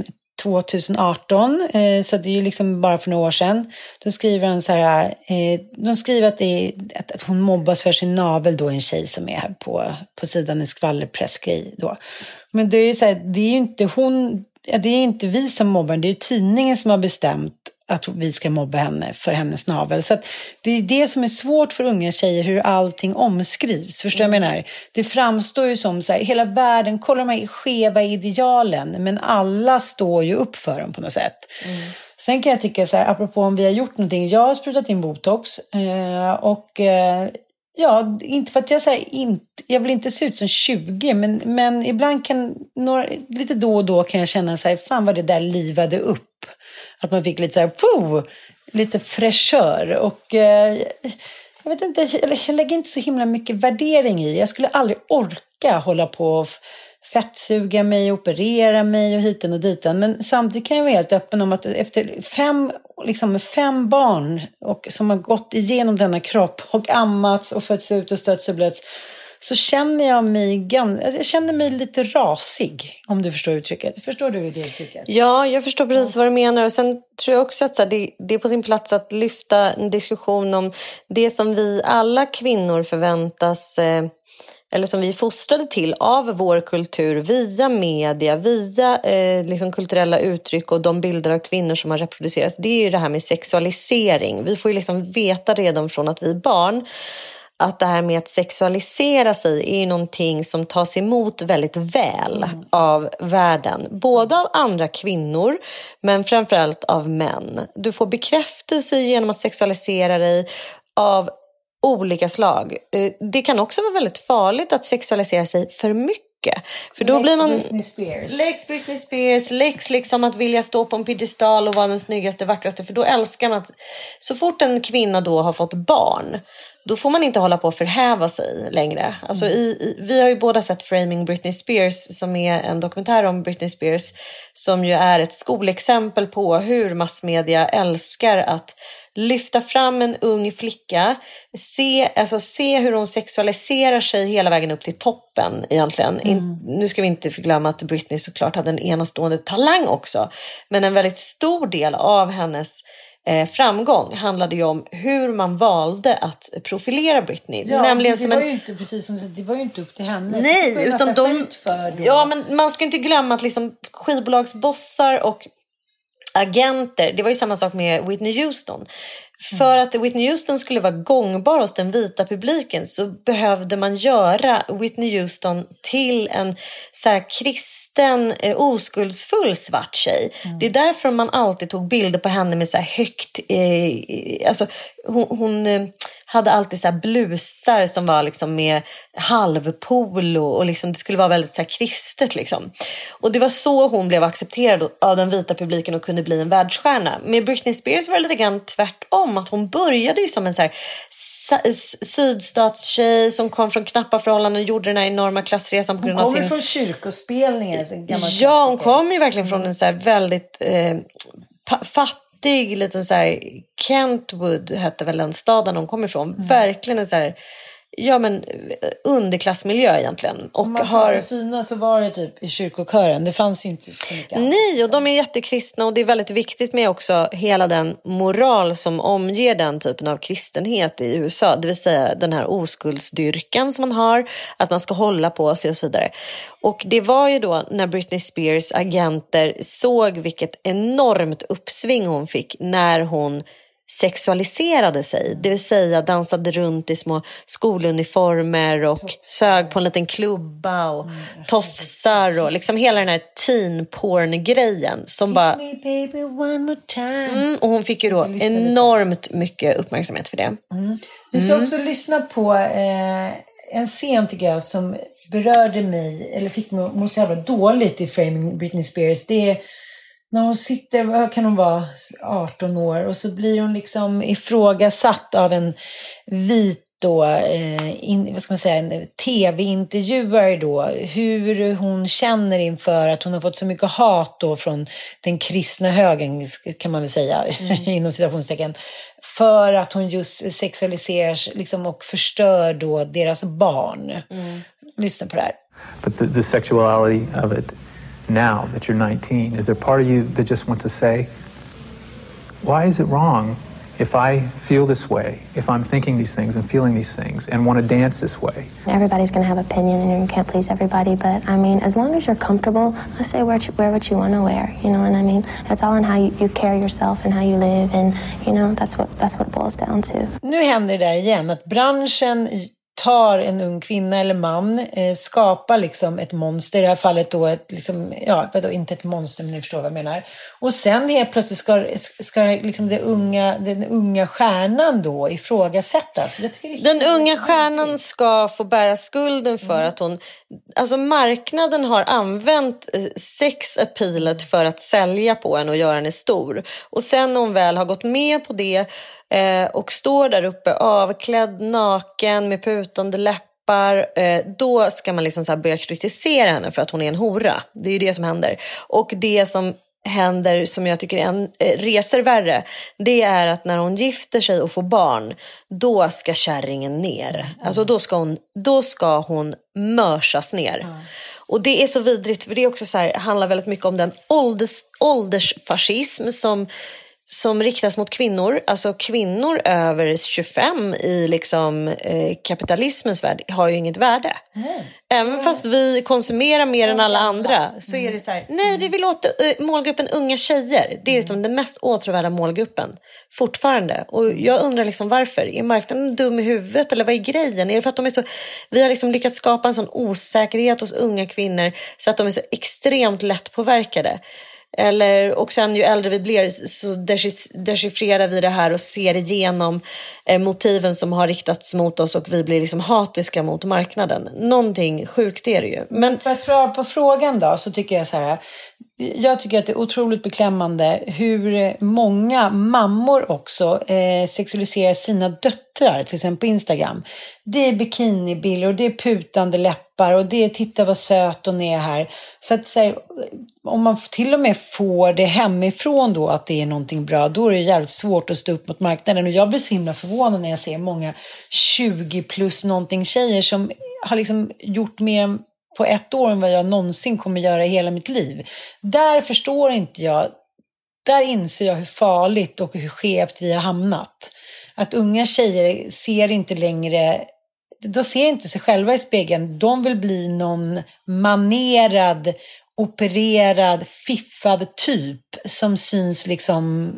tjugoarton, eh, så det är ju liksom bara för några år sedan. Då skriver han så här, eh, de skriver att, det är, att, att hon mobbas för sin navel då, en tjej som är här på, på sidan i skvallerpressgrej då. Men det är ju så här, det är ju inte hon, ja, det är inte vi som mobbar, det är ju tidningen som har bestämt att vi ska mobba henne för hennes navel. Så att det är det som är svårt för unga tjejer, hur allting omskrivs. Förstår jag menar? Det framstår ju som så här, hela världen, kolla de här skeva idealen, men alla står ju upp för dem på något sätt. Mm. Sen kan jag tycka så här, apropå om vi har gjort någonting, jag har sprutat in botox eh, och eh, ja, inte för att jag säger inte, jag vill inte se ut som tjugo, men, men ibland kan några, lite då och då kan jag känna så här, fan vad det där livade upp. Att man fick lite så här, pooh, lite fräschör. Och eh, jag vet inte, jag lägger inte så himla mycket värdering i. Jag skulle aldrig orka hålla på och fettsuga mig, operera mig och hiten och ditan. Men samtidigt kan jag vara helt öppen om att efter fem, liksom fem barn och, som har gått igenom denna kropp och ammats och fötts ut och stötts och blötts, så känner jag mig ganska, jag känner mig lite rasig, om du förstår uttrycket. Förstår du det uttrycket? Ja, jag förstår precis vad du menar. Och sen tror jag också att så här, det, det är på sin plats att lyfta en diskussion om det som vi alla kvinnor förväntas, eh, eller som vi är fostrade till av vår kultur via media, via eh, liksom kulturella uttryck och de bilder av kvinnor som har reproducerats. Det är ju det här med sexualisering. Vi får ju liksom veta redan från att vi är barn att det här med att sexualisera sig är ju någonting som tas emot väldigt väl mm. av världen. Både av andra kvinnor, men framförallt av män. Du får bekräftelse genom att sexualisera dig av olika slag. Det kan också vara väldigt farligt att sexualisera sig för mycket. För då Lex blir man Britney Spears. Lex Britney Spears, Lex liksom att vilja stå på en piedestal och vara den snyggaste, vackraste. För då älskar man att så fort en kvinna då har fått barn, då får man inte hålla på att förhäva sig längre. Alltså mm. i, i, vi har ju båda sett Framing Britney Spears, som är en dokumentär om Britney Spears, som ju är ett skolexempel på hur massmedia älskar att lyfta fram en ung flicka, se, alltså se hur hon sexualiserar sig hela vägen upp till toppen egentligen. Mm. In, nu ska vi inte förglömma att Britney såklart hade en enastående talang också, men en väldigt stor del av hennes Eh, framgång handlade ju om hur man valde att profilera Britney. Ja, Nämligen det som var en... ju inte precis som det var ju inte upp till henne. Nej, utan de ja, men man ska inte glömma att liksom skivbolagsbossar och agenter, det var ju samma sak med Whitney Houston. För mm. att Whitney Houston skulle vara gångbar hos den vita publiken så behövde man göra Whitney Houston till en så här kristen, eh, oskuldsfull svart tjej. Mm. Det är därför man alltid tog bilder på henne med så här högt, eh, alltså hon, hon eh, hade alltid så här blusar som var liksom med halvpolo och liksom det skulle vara väldigt så här kristet liksom. Och det var så hon blev accepterad av den vita publiken och kunde bli en världsstjärna. Med Britney Spears var det lite grann tvärtom, att hon började ju som en så här sydstatstjej som kom från knappa förhållanden och gjorde den här enorma klassresan på grund av sin... Hon kommer från kyrkospelningar. Ja, hon kom ju verkligen från en så här väldigt eh, fattig liten så här, Kentwood hette väl den staden hon kom ifrån. Mm. Verkligen en så här, ja men underklassmiljö egentligen. Och om man har synas så var det typ i kyrkokören. Det fanns ju inte så mycket. Nej, och de är jättekristna och det är väldigt viktigt med också hela den moral som omger den typen av kristenhet i U S A. Det vill säga den här oskuldsdyrkan som man har, att man ska hålla på sig och så vidare. Och det var ju då när Britney Spears agenter såg vilket enormt uppsving hon fick när hon sexualiserade sig. Det vill säga dansade runt i små skoluniformer och tofsar. Sög på en liten klubba och mm. tofsar och liksom hela den här teen porn grejen som bara me, baby, one more time. Mm, och hon fick ju då enormt lite. mycket uppmärksamhet för det. Mm. Vi ska mm. också lyssna på eh, en scen tycker jag som berörde mig eller fick mig att må så jävla dåligt i Framing Britney Spears. Det är när hon sitter, vad kan hon vara, arton år och så blir hon liksom ifrågasatt av en vit då, eh, in, vad ska man säga, en tv-intervjuare då, hur hon känner inför att hon har fått så mycket hat då från den kristna högen kan man väl säga, mm. inom citationstecken, för att hon just sexualiserar liksom, och förstör då deras barn. Mm. Lyssna på det här. But the, the sexuality of it now that you're nineteen, is there part of you that just wants to say, why is it wrong if I feel this way, if I'm thinking these things and feeling these things and want to dance this way? Everybody's going to have opinion and you can't please everybody, but I mean, as long as you're comfortable, I say wear, wear what you want to wear, you know what I mean? It's all in how you, you carry yourself and how you live, and you know, that's what, that's what it boils down to. Nu händer det där igen, att branschen tar en ung kvinna eller man, eh, skapar liksom ett monster, i det här fallet då ett, liksom, ja, vadå, inte ett monster men ni förstår vad jag menar. Och sen helt plötsligt ska, ska liksom det unga, den unga stjärnan då ifrågasättas. Jag tycker det är den unga stjärnan ska få bära skulden för mm. att hon, alltså marknaden har använt sexappealet för att sälja på en och göra henne stor. Och sen när hon väl har gått med på det Eh, och står där uppe avklädd, naken med putande läppar, eh, då ska man liksom så här börja kritisera henne för att hon är en hora. Det är ju det som händer. Och det som händer, som jag tycker är en eh, reser värre, det är att när hon gifter sig och får barn, då ska kärringen ner. Mm. Alltså då ska hon, då ska hon mörsas ner. Mm. Och det är så vidrigt, för det är också så här, handlar väldigt mycket om den ålders, åldersfascism som som riktas mot kvinnor, alltså kvinnor över tjugofem i liksom eh, kapitalismens värld har ju inget värde. Mm. Även mm. fast vi konsumerar mer mm. än alla andra så mm. är det så här, nej vi vill åt äh, målgruppen unga tjejer. Det är liksom den mest åtråvärda målgruppen fortfarande. Och jag undrar liksom varför, är marknaden dum i huvudet eller vad är grejen? Är det för att de är så, vi har liksom lyckats skapa en sån osäkerhet hos unga kvinnor så att de är så extremt lätt påverkade? Eller, och sen ju äldre vi blir så dechiffrerar vi det här och ser igenom eh, motiven som har riktats mot oss och vi blir liksom hatiska mot marknaden. Någonting sjukt är det ju. Men för att svara på frågan då så tycker jag så här, jag tycker att det är otroligt beklämmande hur många mammor också eh, sexualiserar sina döttrar, till exempel på Instagram. Det är bikinibilder och det är putande läppar och det är titta vad söt hon är här. Så att så här, om man till och med får det hemifrån då att det är någonting bra, då är det jävligt svårt att stå upp mot marknaden. Och jag blir så himla förvånad när jag ser många tjugo plus någonting tjejer som har liksom gjort mer än på ett år än vad jag någonsin kommer göra i hela mitt liv. Där förstår inte jag, där inser jag hur farligt och hur skevt vi har hamnat. Att unga tjejer ser inte längre, de ser inte sig själva i spegeln. De vill bli någon manerad, opererad, fiffad typ som syns liksom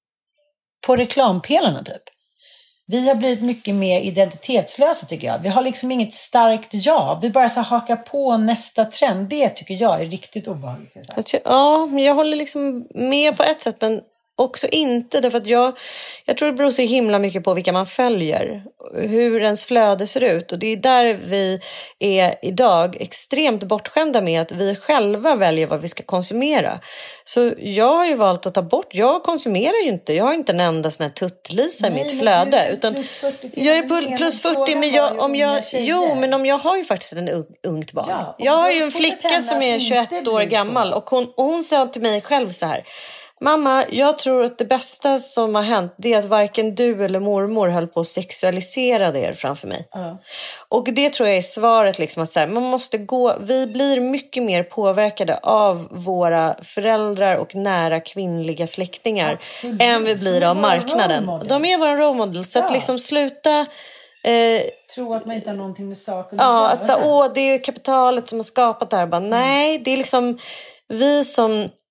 på reklampelarna typ. Vi har blivit mycket mer identitetslösa tycker jag. Vi har liksom inget starkt ja. Vi bara så hakar på nästa trend. Det tycker jag är riktigt obehagligt. Ja, jag håller liksom med på ett sätt men också inte. Därför att jag, jag tror det beror så himla mycket på vilka man följer. Hur ens flöde ser ut. Och det är där vi är idag extremt bortskämda med att vi själva väljer vad vi ska konsumera. Så jag har ju valt att ta bort. Jag konsumerar ju inte. Jag har inte en enda sån här tuttlisa i mitt flöde. Utan plus fyrtio, jag är plus fyrtio men jag, om jag, jo, men om jag har ju faktiskt en un, ungt barn. Ja, jag har ju en flicka som är tjugoett år gammal. Och hon, och hon sa till mig själv så här: mamma, jag tror att det bästa som har hänt det är att varken du eller mormor höll på att sexualisera er framför mig. Uh. Och det tror jag är svaret liksom att så här, man måste gå, vi blir mycket mer påverkade av våra föräldrar och nära kvinnliga släktingar Absolut. än vi blir av marknaden. De är våra role models, så ja. att liksom sluta Eh, Tro att man inte har någonting med saken att ja, alltså, åh, det är kapitalet som har skapat det här. Bara, mm. Nej, det är liksom vi som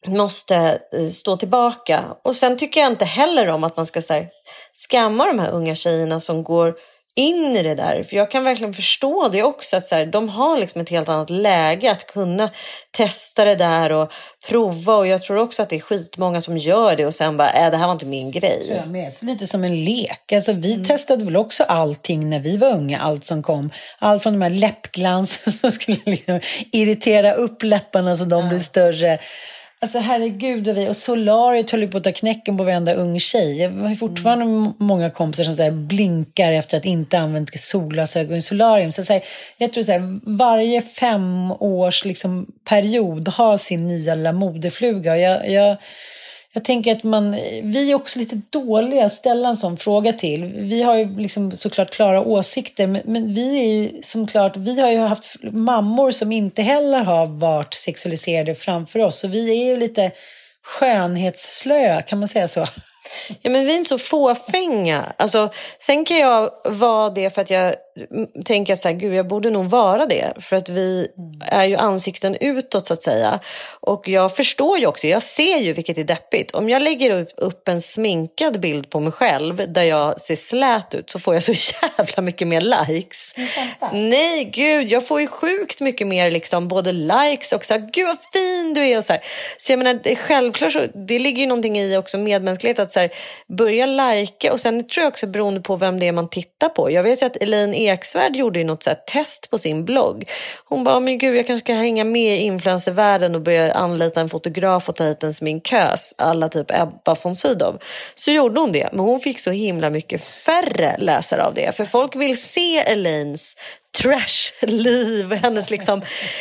måste stå tillbaka. Och sen tycker jag inte heller om att man ska så här, skamma de här unga tjejerna som går in i det där. För jag kan verkligen förstå det också. Att så här, de har liksom ett helt annat läge att kunna testa det där och prova. Och jag tror också att det är skitmånga som gör det och sen bara, äh, det här var inte min grej. Jag med. Så lite som en lek. Alltså, vi mm. testade väl också allting när vi var unga. Allt som kom. Allt från de här läppglans som skulle liksom irritera upp läpparna så de mm. blir större. Alltså herregud, och vi och solariet höll på att ta knäcken på varenda ung tjej. Jag har fortfarande mm. många kompisar som så här blinkar efter att inte använt solglasögon i solarium. Så, så här, jag tror så här, varje fem års liksom, period har sin nya lilla modefluga. Och jag, jag, jag tänker att man, vi är också lite dåliga att ställa en sån fråga till. Vi har ju liksom såklart klara åsikter, men, men vi är ju som klart, vi har ju haft mammor som inte heller har varit sexualiserade framför oss. Så vi är ju lite skönhetsslöa, kan man säga så? Ja, men vi är inte så fåfänga. Alltså, sen kan jag vara det för att jag tänker så här, gud, jag borde nog vara det. För att vi är ju ansikten utåt så att säga. Och jag förstår ju också, jag ser ju vilket är deppigt. Om jag lägger upp en sminkad bild på mig själv där jag ser slät ut så får jag så jävla mycket mer likes. Nej, gud, jag får ju sjukt mycket mer liksom, både likes och så här, gud vad fin du är och så här. Så jag menar, det, självklart så, det ligger ju någonting i också medmänsklighet att så här, börja lajka och sen tror jag också beroende på vem det är man tittar på. Jag vet ju att Elaine Eksvärd gjorde ju något så här test på sin blogg. Hon bara, men gud, jag kanske ska hänga med i influencervärlden och börja anlita en fotograf och ta hit en sminkös, alla typ Ebba von Sydow. Så gjorde hon det, men hon fick så himla mycket färre läsare av det. För folk vill se Elaines trash-liv, hennes liksom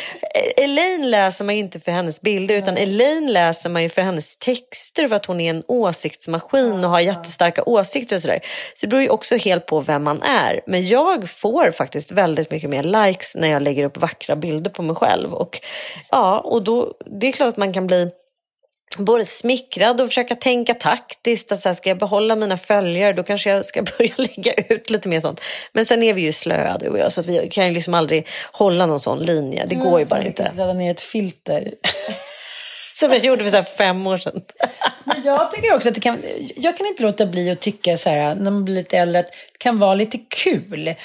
Elaine läser man ju inte för hennes bilder utan Elaine läser man ju för hennes texter för att hon är en åsiktsmaskin och har jättestarka åsikter och sådär. Så det beror ju också helt på vem man är. Men jag får faktiskt väldigt mycket mer likes när jag lägger upp vackra bilder på mig själv och ja, och då, det är klart att man kan bli både smickrad och försöka tänka taktiskt att så här, ska jag behålla mina följare då kanske jag ska börja lägga ut lite mer sånt. Men sen är vi ju slöa du och jag så att vi kan ju liksom aldrig hålla någon sån linje. Det går ju bara inte. Jag ladda ner ett filter. Som jag gjorde för så här fem år sedan. Men jag tycker också att det kan, jag kan inte låta bli att tycka så här när man blir lite äldre att det kan vara lite kul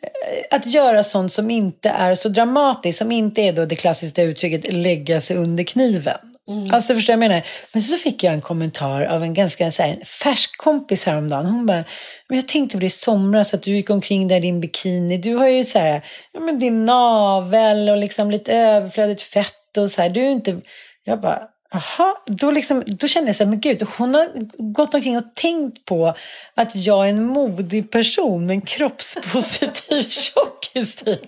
att göra sånt som inte är så dramatiskt, som inte är då det klassiska uttrycket lägga sig under kniven. Mm. Alltså förstår jag menar. Men så fick jag en kommentar av en ganska så här, färsk kompis häromdagen. Hon bara, men jag tänkte på det i somras att du gick omkring där i din bikini. Du har ju så här, ja, men din navel och liksom lite överflödigt fett och så här. Du är inte, jag bara, aha, då, liksom, då kände jag så här, men gud, hon har gått omkring och tänkt på att jag är en modig person, en kroppspositiv tjockis typ.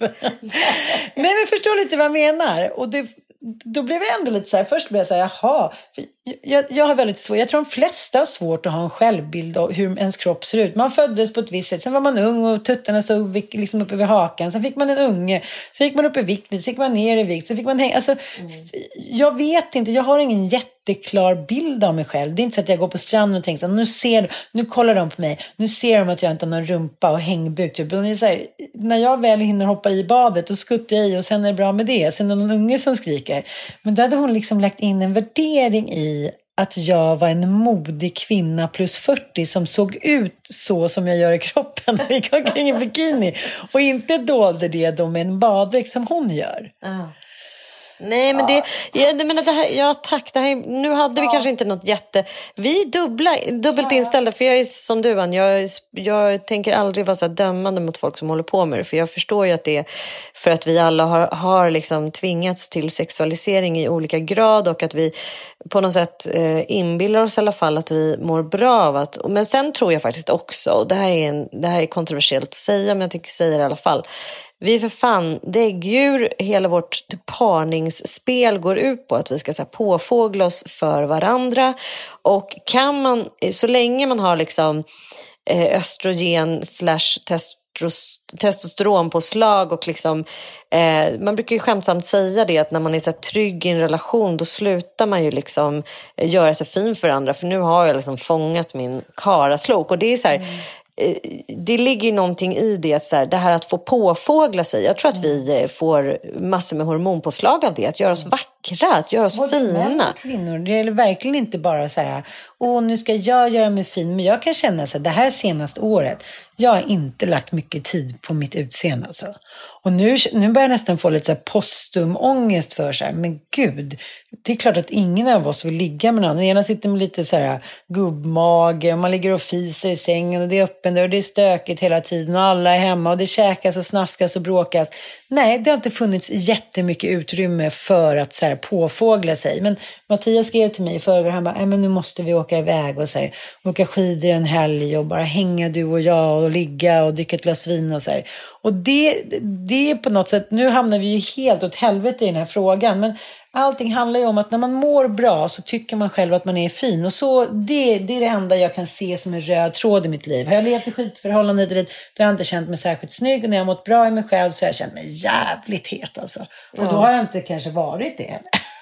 Nej, men förstår lite vad jag menar. Och det, då blev jag ändå lite så här, först blev jag så här, jaha, för jag, jag har väldigt svårt, jag tror de flesta har svårt att ha en självbild av hur ens kropp ser ut. Man föddes på ett visst sätt, sen var man ung och tuttarna stod liksom uppe vid hakan, sen fick man en unge, sen gick man upp i vikt, sen gick man ner i vikt, sen fick man hänga, alltså mm. jag vet inte, jag har ingen jätteklar bild av mig själv. Det är inte så att jag går på stranden och tänker så, nu ser nu kollar de på mig, nu ser de att jag inte har någon rumpa och hängbuk typ. Och det är så här, när jag väl hinner hoppa i badet och skutta i och sen är det bra med det, sen är det någon unge som skriker. Men då hade hon liksom lagt in en värdering i att jag var en modig kvinna plus fyrtio som såg ut så som jag gör i kroppen och gick omkring i bikini och inte dolde det då med en baddräkt som hon gör. Uh. Nej, men det, jag menar det här, ja tack, det här, nu hade vi ja. kanske inte något jätte, vi är dubbla, dubbelt ja. inställda, för jag är som du Ann, jag, jag tänker aldrig vara så här dömande mot folk som håller på med det, för jag förstår ju att det är för att vi alla har, har liksom tvingats till sexualisering i olika grad och att vi på något sätt eh, inbillar oss i alla fall att vi mår bra av att, men sen tror jag faktiskt också, och det här är, en, det här är kontroversiellt att säga, men jag tänker säga det i alla fall, vi är för fan däggdjur, hela vårt parningsspel går ut på att vi ska så här, påfågla oss för varandra. Och kan man, så länge man har liksom eh, östrogen slash testros, testosteronpåslag och liksom, eh, man brukar ju skämtsamt säga det att när man är så här, trygg i en relation då slutar man ju liksom eh, göra sig fin för andra, för nu har jag liksom fångat min karaslok. Och det är så här, mm. det ligger ju någonting i det, att så här, det här att få påfågla sig. Jag tror att vi får massor med hormonpåslag av det. Att göra oss vackra vackra, att göra oss Både fina. Män och kvinnor. Det är verkligen inte bara så här, åh nu ska jag göra mig fin. Men jag kan känna så här, det här senaste året, jag har inte lagt mycket tid på mitt utseende alltså. Och nu, nu börjar jag nästan få lite så här postumångest för så här, men gud, det är klart att ingen av oss vill ligga med någon. Den ena sitter med lite så här gubbmage, och man ligger och fiser i sängen och det är öppen dörr och det är stökigt hela tiden och alla är hemma och det käkas och snaskas och bråkas. Nej, det har inte funnits jättemycket utrymme för att så här påfågla sig. Men Mattias skrev till mig i förrgår, han bara, äh, men nu måste vi åka iväg och så här, åka skidor en helg och bara hänga du och jag och ligga och dricka ett glas vin och så här. Och det, det är på något sätt, nu hamnar vi ju helt åt helvete i den här frågan, men allting handlar ju om att när man mår bra så tycker man själv att man är fin. Och så, det, det är det enda jag kan se som en röd tråd i mitt liv. Har jag levt i skitförhållande hit och dit, då har jag inte känt mig särskilt snygg. Och när jag har mått bra i mig själv så har jag känt mig jävligt het alltså. Och Ja. då har jag inte kanske varit det.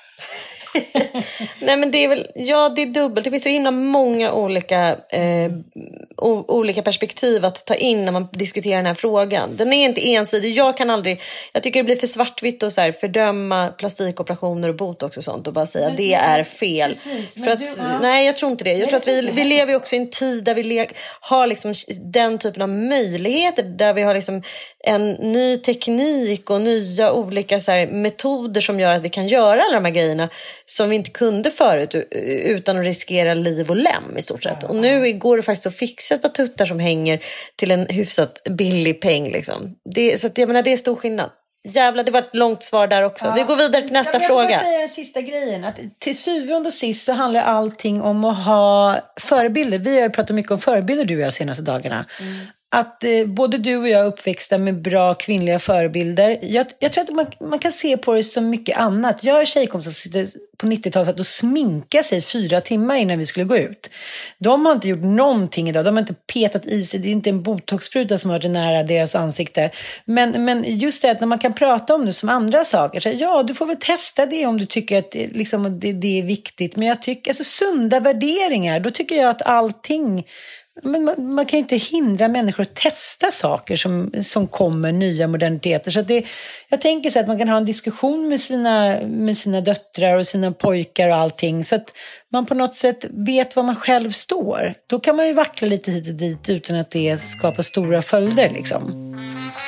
Nej, men det är väl, ja, det är dubbelt. Det finns så himla många olika eh, o- olika perspektiv att ta in när man diskuterar den här frågan. Den är inte ensidig. Jag kan aldrig, jag tycker det blir för svartvitt och så här fördöma plastikoperationer och botox och sånt och bara säga att det är fel. Precis, för att, du, ja. nej, jag tror inte det. Jag Nej, tror att vi, det vi lever ju också i en tid där vi le- har liksom den typen av möjligheter, där vi har liksom en ny teknik och nya olika så här metoder som gör att vi kan göra alla de här grejerna som vi inte kunde förut utan att riskera liv och lem i stort sett. Och nu går det faktiskt att fixa ett par tuttar som hänger till en hyfsat billig peng liksom. Det, så att jag menar, det är stor skillnad. Jävlar, det var ett långt svar där också. Ja. Vi går vidare till nästa jag, jag fråga. Jag vill bara säga den sista grejen. Att till syvende och sist så handlar allting om att ha förebilder. Vi har ju pratat mycket om förebilder du och jag senaste dagarna. Mm. Att eh, både du och jag är uppväxta med bra kvinnliga förebilder. Jag, jag tror att man, man kan se på det som mycket annat. Jag har tjejkompisar som sitter på nittiotalet och sminka sig fyra timmar innan vi skulle gå ut. De har inte gjort någonting idag. De har inte petat i sig. Det är inte en botoxspruta som har varit nära deras ansikte. Men, men just det att när man kan prata om det som andra saker. Så, ja, du får väl testa det om du tycker att det, liksom, det, det är viktigt. Men jag tycker, alltså sunda värderingar. Då tycker jag att allting... Men man, man kan ju inte hindra människor att testa saker som, som kommer, nya moderniteter. Så att det, jag tänker så att man kan ha en diskussion med sina, med sina döttrar och sina pojkar och allting. Så att man på något sätt vet var man själv står. Då kan man ju vackla lite hit och dit utan att det skapar stora följder liksom.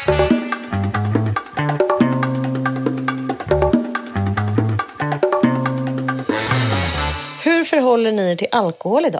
Hur förhåller ni er till alkohol idag?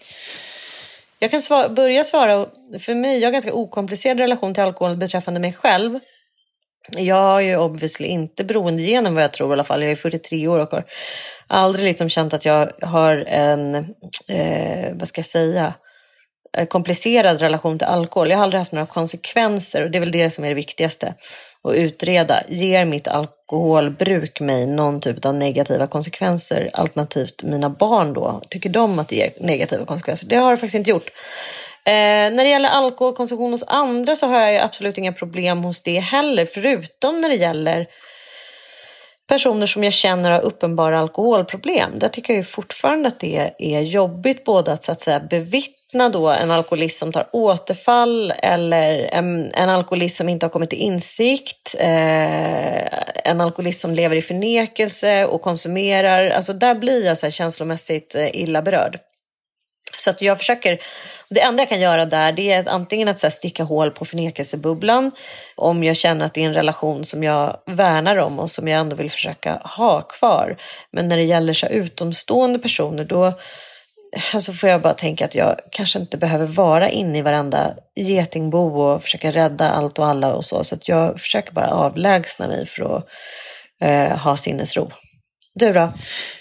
Jag kan svara, börja svara, för mig, jag har ganska okomplicerad relation till alkohol beträffande mig själv. Jag har ju obviously inte beroende genom vad jag tror i alla fall. Jag är fyrtiotre år och har aldrig liksom känt att jag har en, eh, vad ska jag säga, komplicerad relation till alkohol. Jag har aldrig haft några konsekvenser och det är väl det som är det viktigaste att utreda. Ger mitt alkoholbruk mig någon typ av negativa konsekvenser? Alternativt mina barn då, tycker de att det ger negativa konsekvenser? Det har det faktiskt inte gjort. Eh, när det gäller alkoholkonsumtion hos andra så har jag ju absolut inga problem hos det heller. Förutom när det gäller personer som jag känner har uppenbara alkoholproblem. Där tycker jag ju fortfarande att det är jobbigt både att så att säga bevittna då en alkoholist som tar återfall eller en, en alkoholist som inte har kommit till insikt, eh, en alkoholist som lever i förnekelse och konsumerar. Alltså där blir jag så här känslomässigt eh, illa berörd. Så att jag försöker, det enda jag kan göra där det är att antingen att så här, sticka hål på förnekelsebubblan om jag känner att det är en relation som jag värnar om och som jag ändå vill försöka ha kvar. Men när det gäller så här, utomstående personer då alltså får jag bara tänka att jag kanske inte behöver vara inne i varenda getingbo och försöka rädda allt och alla och så. Så att jag försöker bara avlägsna mig för att eh, ha sinnesro. Du då?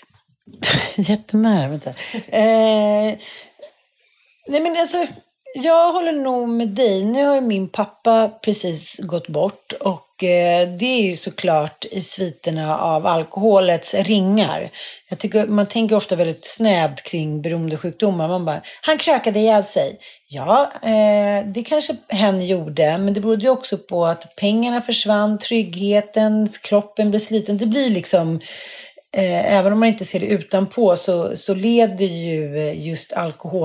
Jättenära, vänta. Eh, nej men alltså, jag håller nog med dig. Nu har ju min pappa precis gått bort och eh, det är ju såklart i sviterna av alkoholets ringar. Jag tycker, man tänker ofta väldigt snävt kring beroendesjukdomar. Man bara, han krökade ihjäl sig. Ja, eh, det kanske hen gjorde, men det berodde ju också på att pengarna försvann, tryggheten, kroppen blev sliten. Det blir liksom... Eh, även om man inte ser det utanpå så, så leder ju just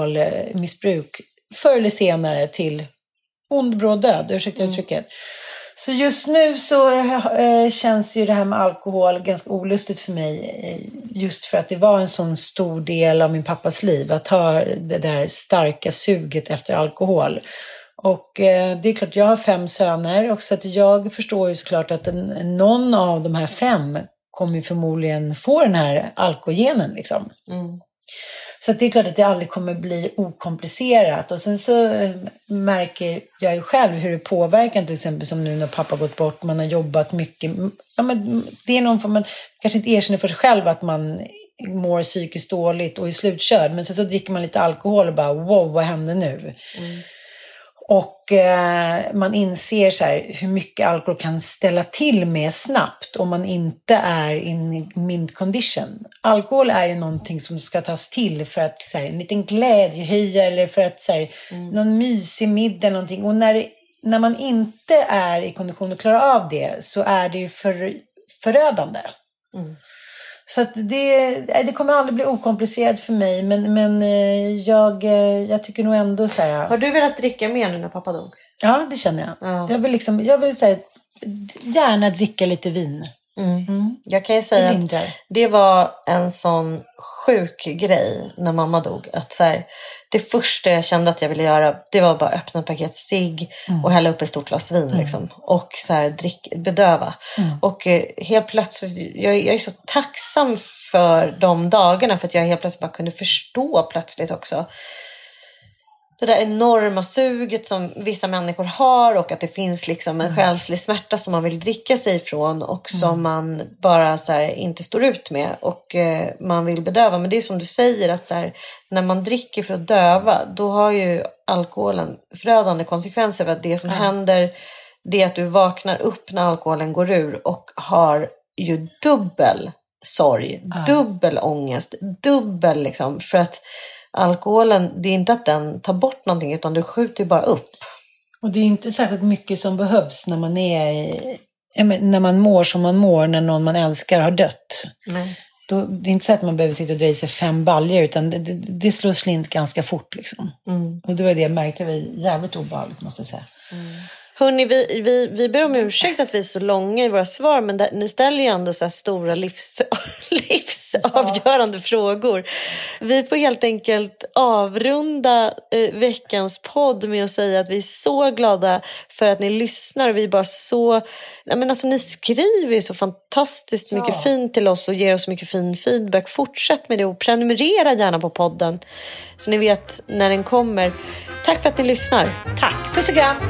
alkoholmissbruk förr eller senare till ond bråd död, ursäkta uttrycket. Så just nu så äh, känns ju det här med alkohol ganska olustigt för mig. Just för att det var en sån stor del av min pappas liv. Att ha det där starka suget efter alkohol. Och äh, det är klart, jag har fem söner. Och så att jag förstår ju såklart att en, någon av de här fem kommer förmodligen få den här alkogenen liksom. Mm. Så att det är klart att det aldrig kommer bli okomplicerat. Och sen så märker jag ju själv hur det påverkar, till exempel som nu när pappa gått bort. Man har jobbat mycket. Ja, men det är någon form, man kanske inte erkänner för sig själv att man mår psykiskt dåligt och är slutkörd. Men sen så dricker man lite alkohol och bara wow, vad händer nu? Mm. Och eh, man inser så här hur mycket alkohol kan ställa till med snabbt om man inte är in mint condition. Alkohol är ju någonting som ska tas till för att så här, en liten glädjehöja eller för att så här, mm. någon mysig middag eller någonting. Och när, när man inte är i kondition och klarar av det så är det ju för, förödande. Mm. Så att det, det kommer aldrig bli okomplicerat för mig. Men, men jag, jag tycker nog ändå så här. Har du velat dricka mer nu när pappa dog? Ja, det känner jag. Ja. Jag vill, liksom, jag vill så här, gärna dricka lite vin. Mm. Mm. Jag kan ju säga att det var en sån sjuk grej när mamma dog. Att så här, det första jag kände att jag ville göra, det var bara öppna ett paket cigg mm. och hälla upp ett stort glas vin. Mm. Liksom, och så här, drick, bedöva. Mm. Och eh, helt plötsligt, jag, jag är så tacksam för de dagarna. För att jag helt plötsligt bara kunde förstå plötsligt också det där enorma suget som vissa människor har. Och att det finns liksom en mm. själslig smärta som man vill dricka sig ifrån. Och som mm. man bara så här, inte står ut med. Och eh, man vill bedöva. Men det är som du säger att så här, när man dricker för att döva. Då har ju alkoholen förödande konsekvenser. För att det som mm. händer, det är att du vaknar upp när alkoholen går ur. Och har ju dubbel sorg. Mm. Dubbel ångest. Dubbel liksom. För att alkoholen, det är inte att den tar bort någonting utan du skjuter bara upp. Och det är inte särskilt mycket som behövs när man är när man mår som man mår när någon man älskar har dött. Nej. Då, det är inte så att man behöver sitta och dra i sig fem baljor utan det, det, det slår slint ganska fort liksom. Mm. Och det var det jag märkte, det var jävligt obehagligt måste jag säga. Mm. Hörrni, vi, vi, vi ber om ursäkt att vi är så långa i våra svar. Men det, ni ställer ju ändå så här stora livs, livsavgörande ja. frågor. Vi får helt enkelt avrunda eh, veckans podd med att säga att vi är så glada för att ni lyssnar. Och vi är bara så... Jag menar, alltså, ni skriver ju så fantastiskt ja. mycket fint till oss och ger oss mycket fin feedback. Fortsätt med det och prenumerera gärna på podden så ni vet när den kommer. Tack för att ni lyssnar. Tack, puss och kram.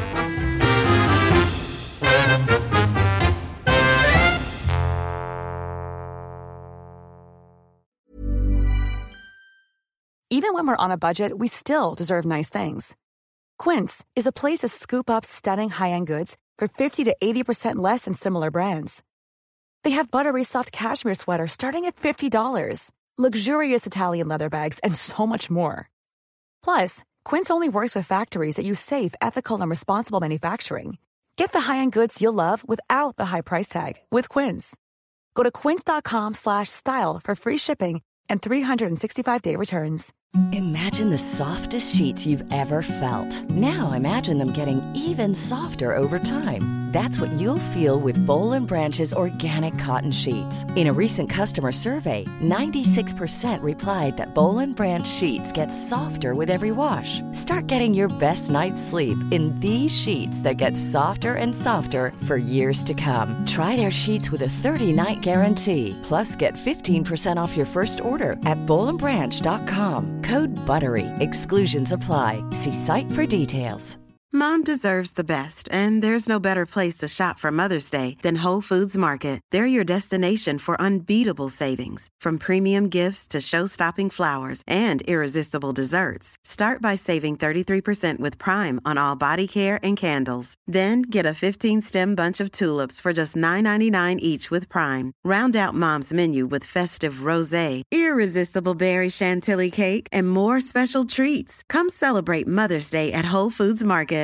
Even when we're on a budget, we still deserve nice things. Quince is a place to scoop up stunning high-end goods for fifty to eighty percent less than similar brands. They have buttery soft cashmere sweaters starting at fifty dollars, luxurious Italian leather bags, and so much more. Plus, Quince only works with factories that use safe, ethical, and responsible manufacturing. Get the high-end goods you'll love without the high price tag with Quince. Go to quince.com slash style for free shipping and three sixty-five day returns. Imagine the softest sheets you've ever felt. Now imagine them getting even softer over time. That's what you'll feel with Boll and Branch's organic cotton sheets. In a recent customer survey, ninety-six percent replied that Boll and Branch sheets get softer with every wash. Start getting your best night's sleep in these sheets that get softer and softer for years to come. Try their sheets with a thirty night guarantee. Plus, get fifteen percent off your first order at boll and branch dot com. Code BUTTERY. Exclusions apply. See site for details. Mom deserves the best, and there's no better place to shop for Mother's Day than Whole Foods Market. They're your destination for unbeatable savings, from premium gifts to show-stopping flowers and irresistible desserts. Start by saving thirty-three percent with Prime on all body care and candles. Then get a fifteen stem bunch of tulips for just nine ninety-nine each with Prime. Round out Mom's menu with festive rosé, irresistible berry chantilly cake, and more special treats. Come celebrate Mother's Day at Whole Foods Market.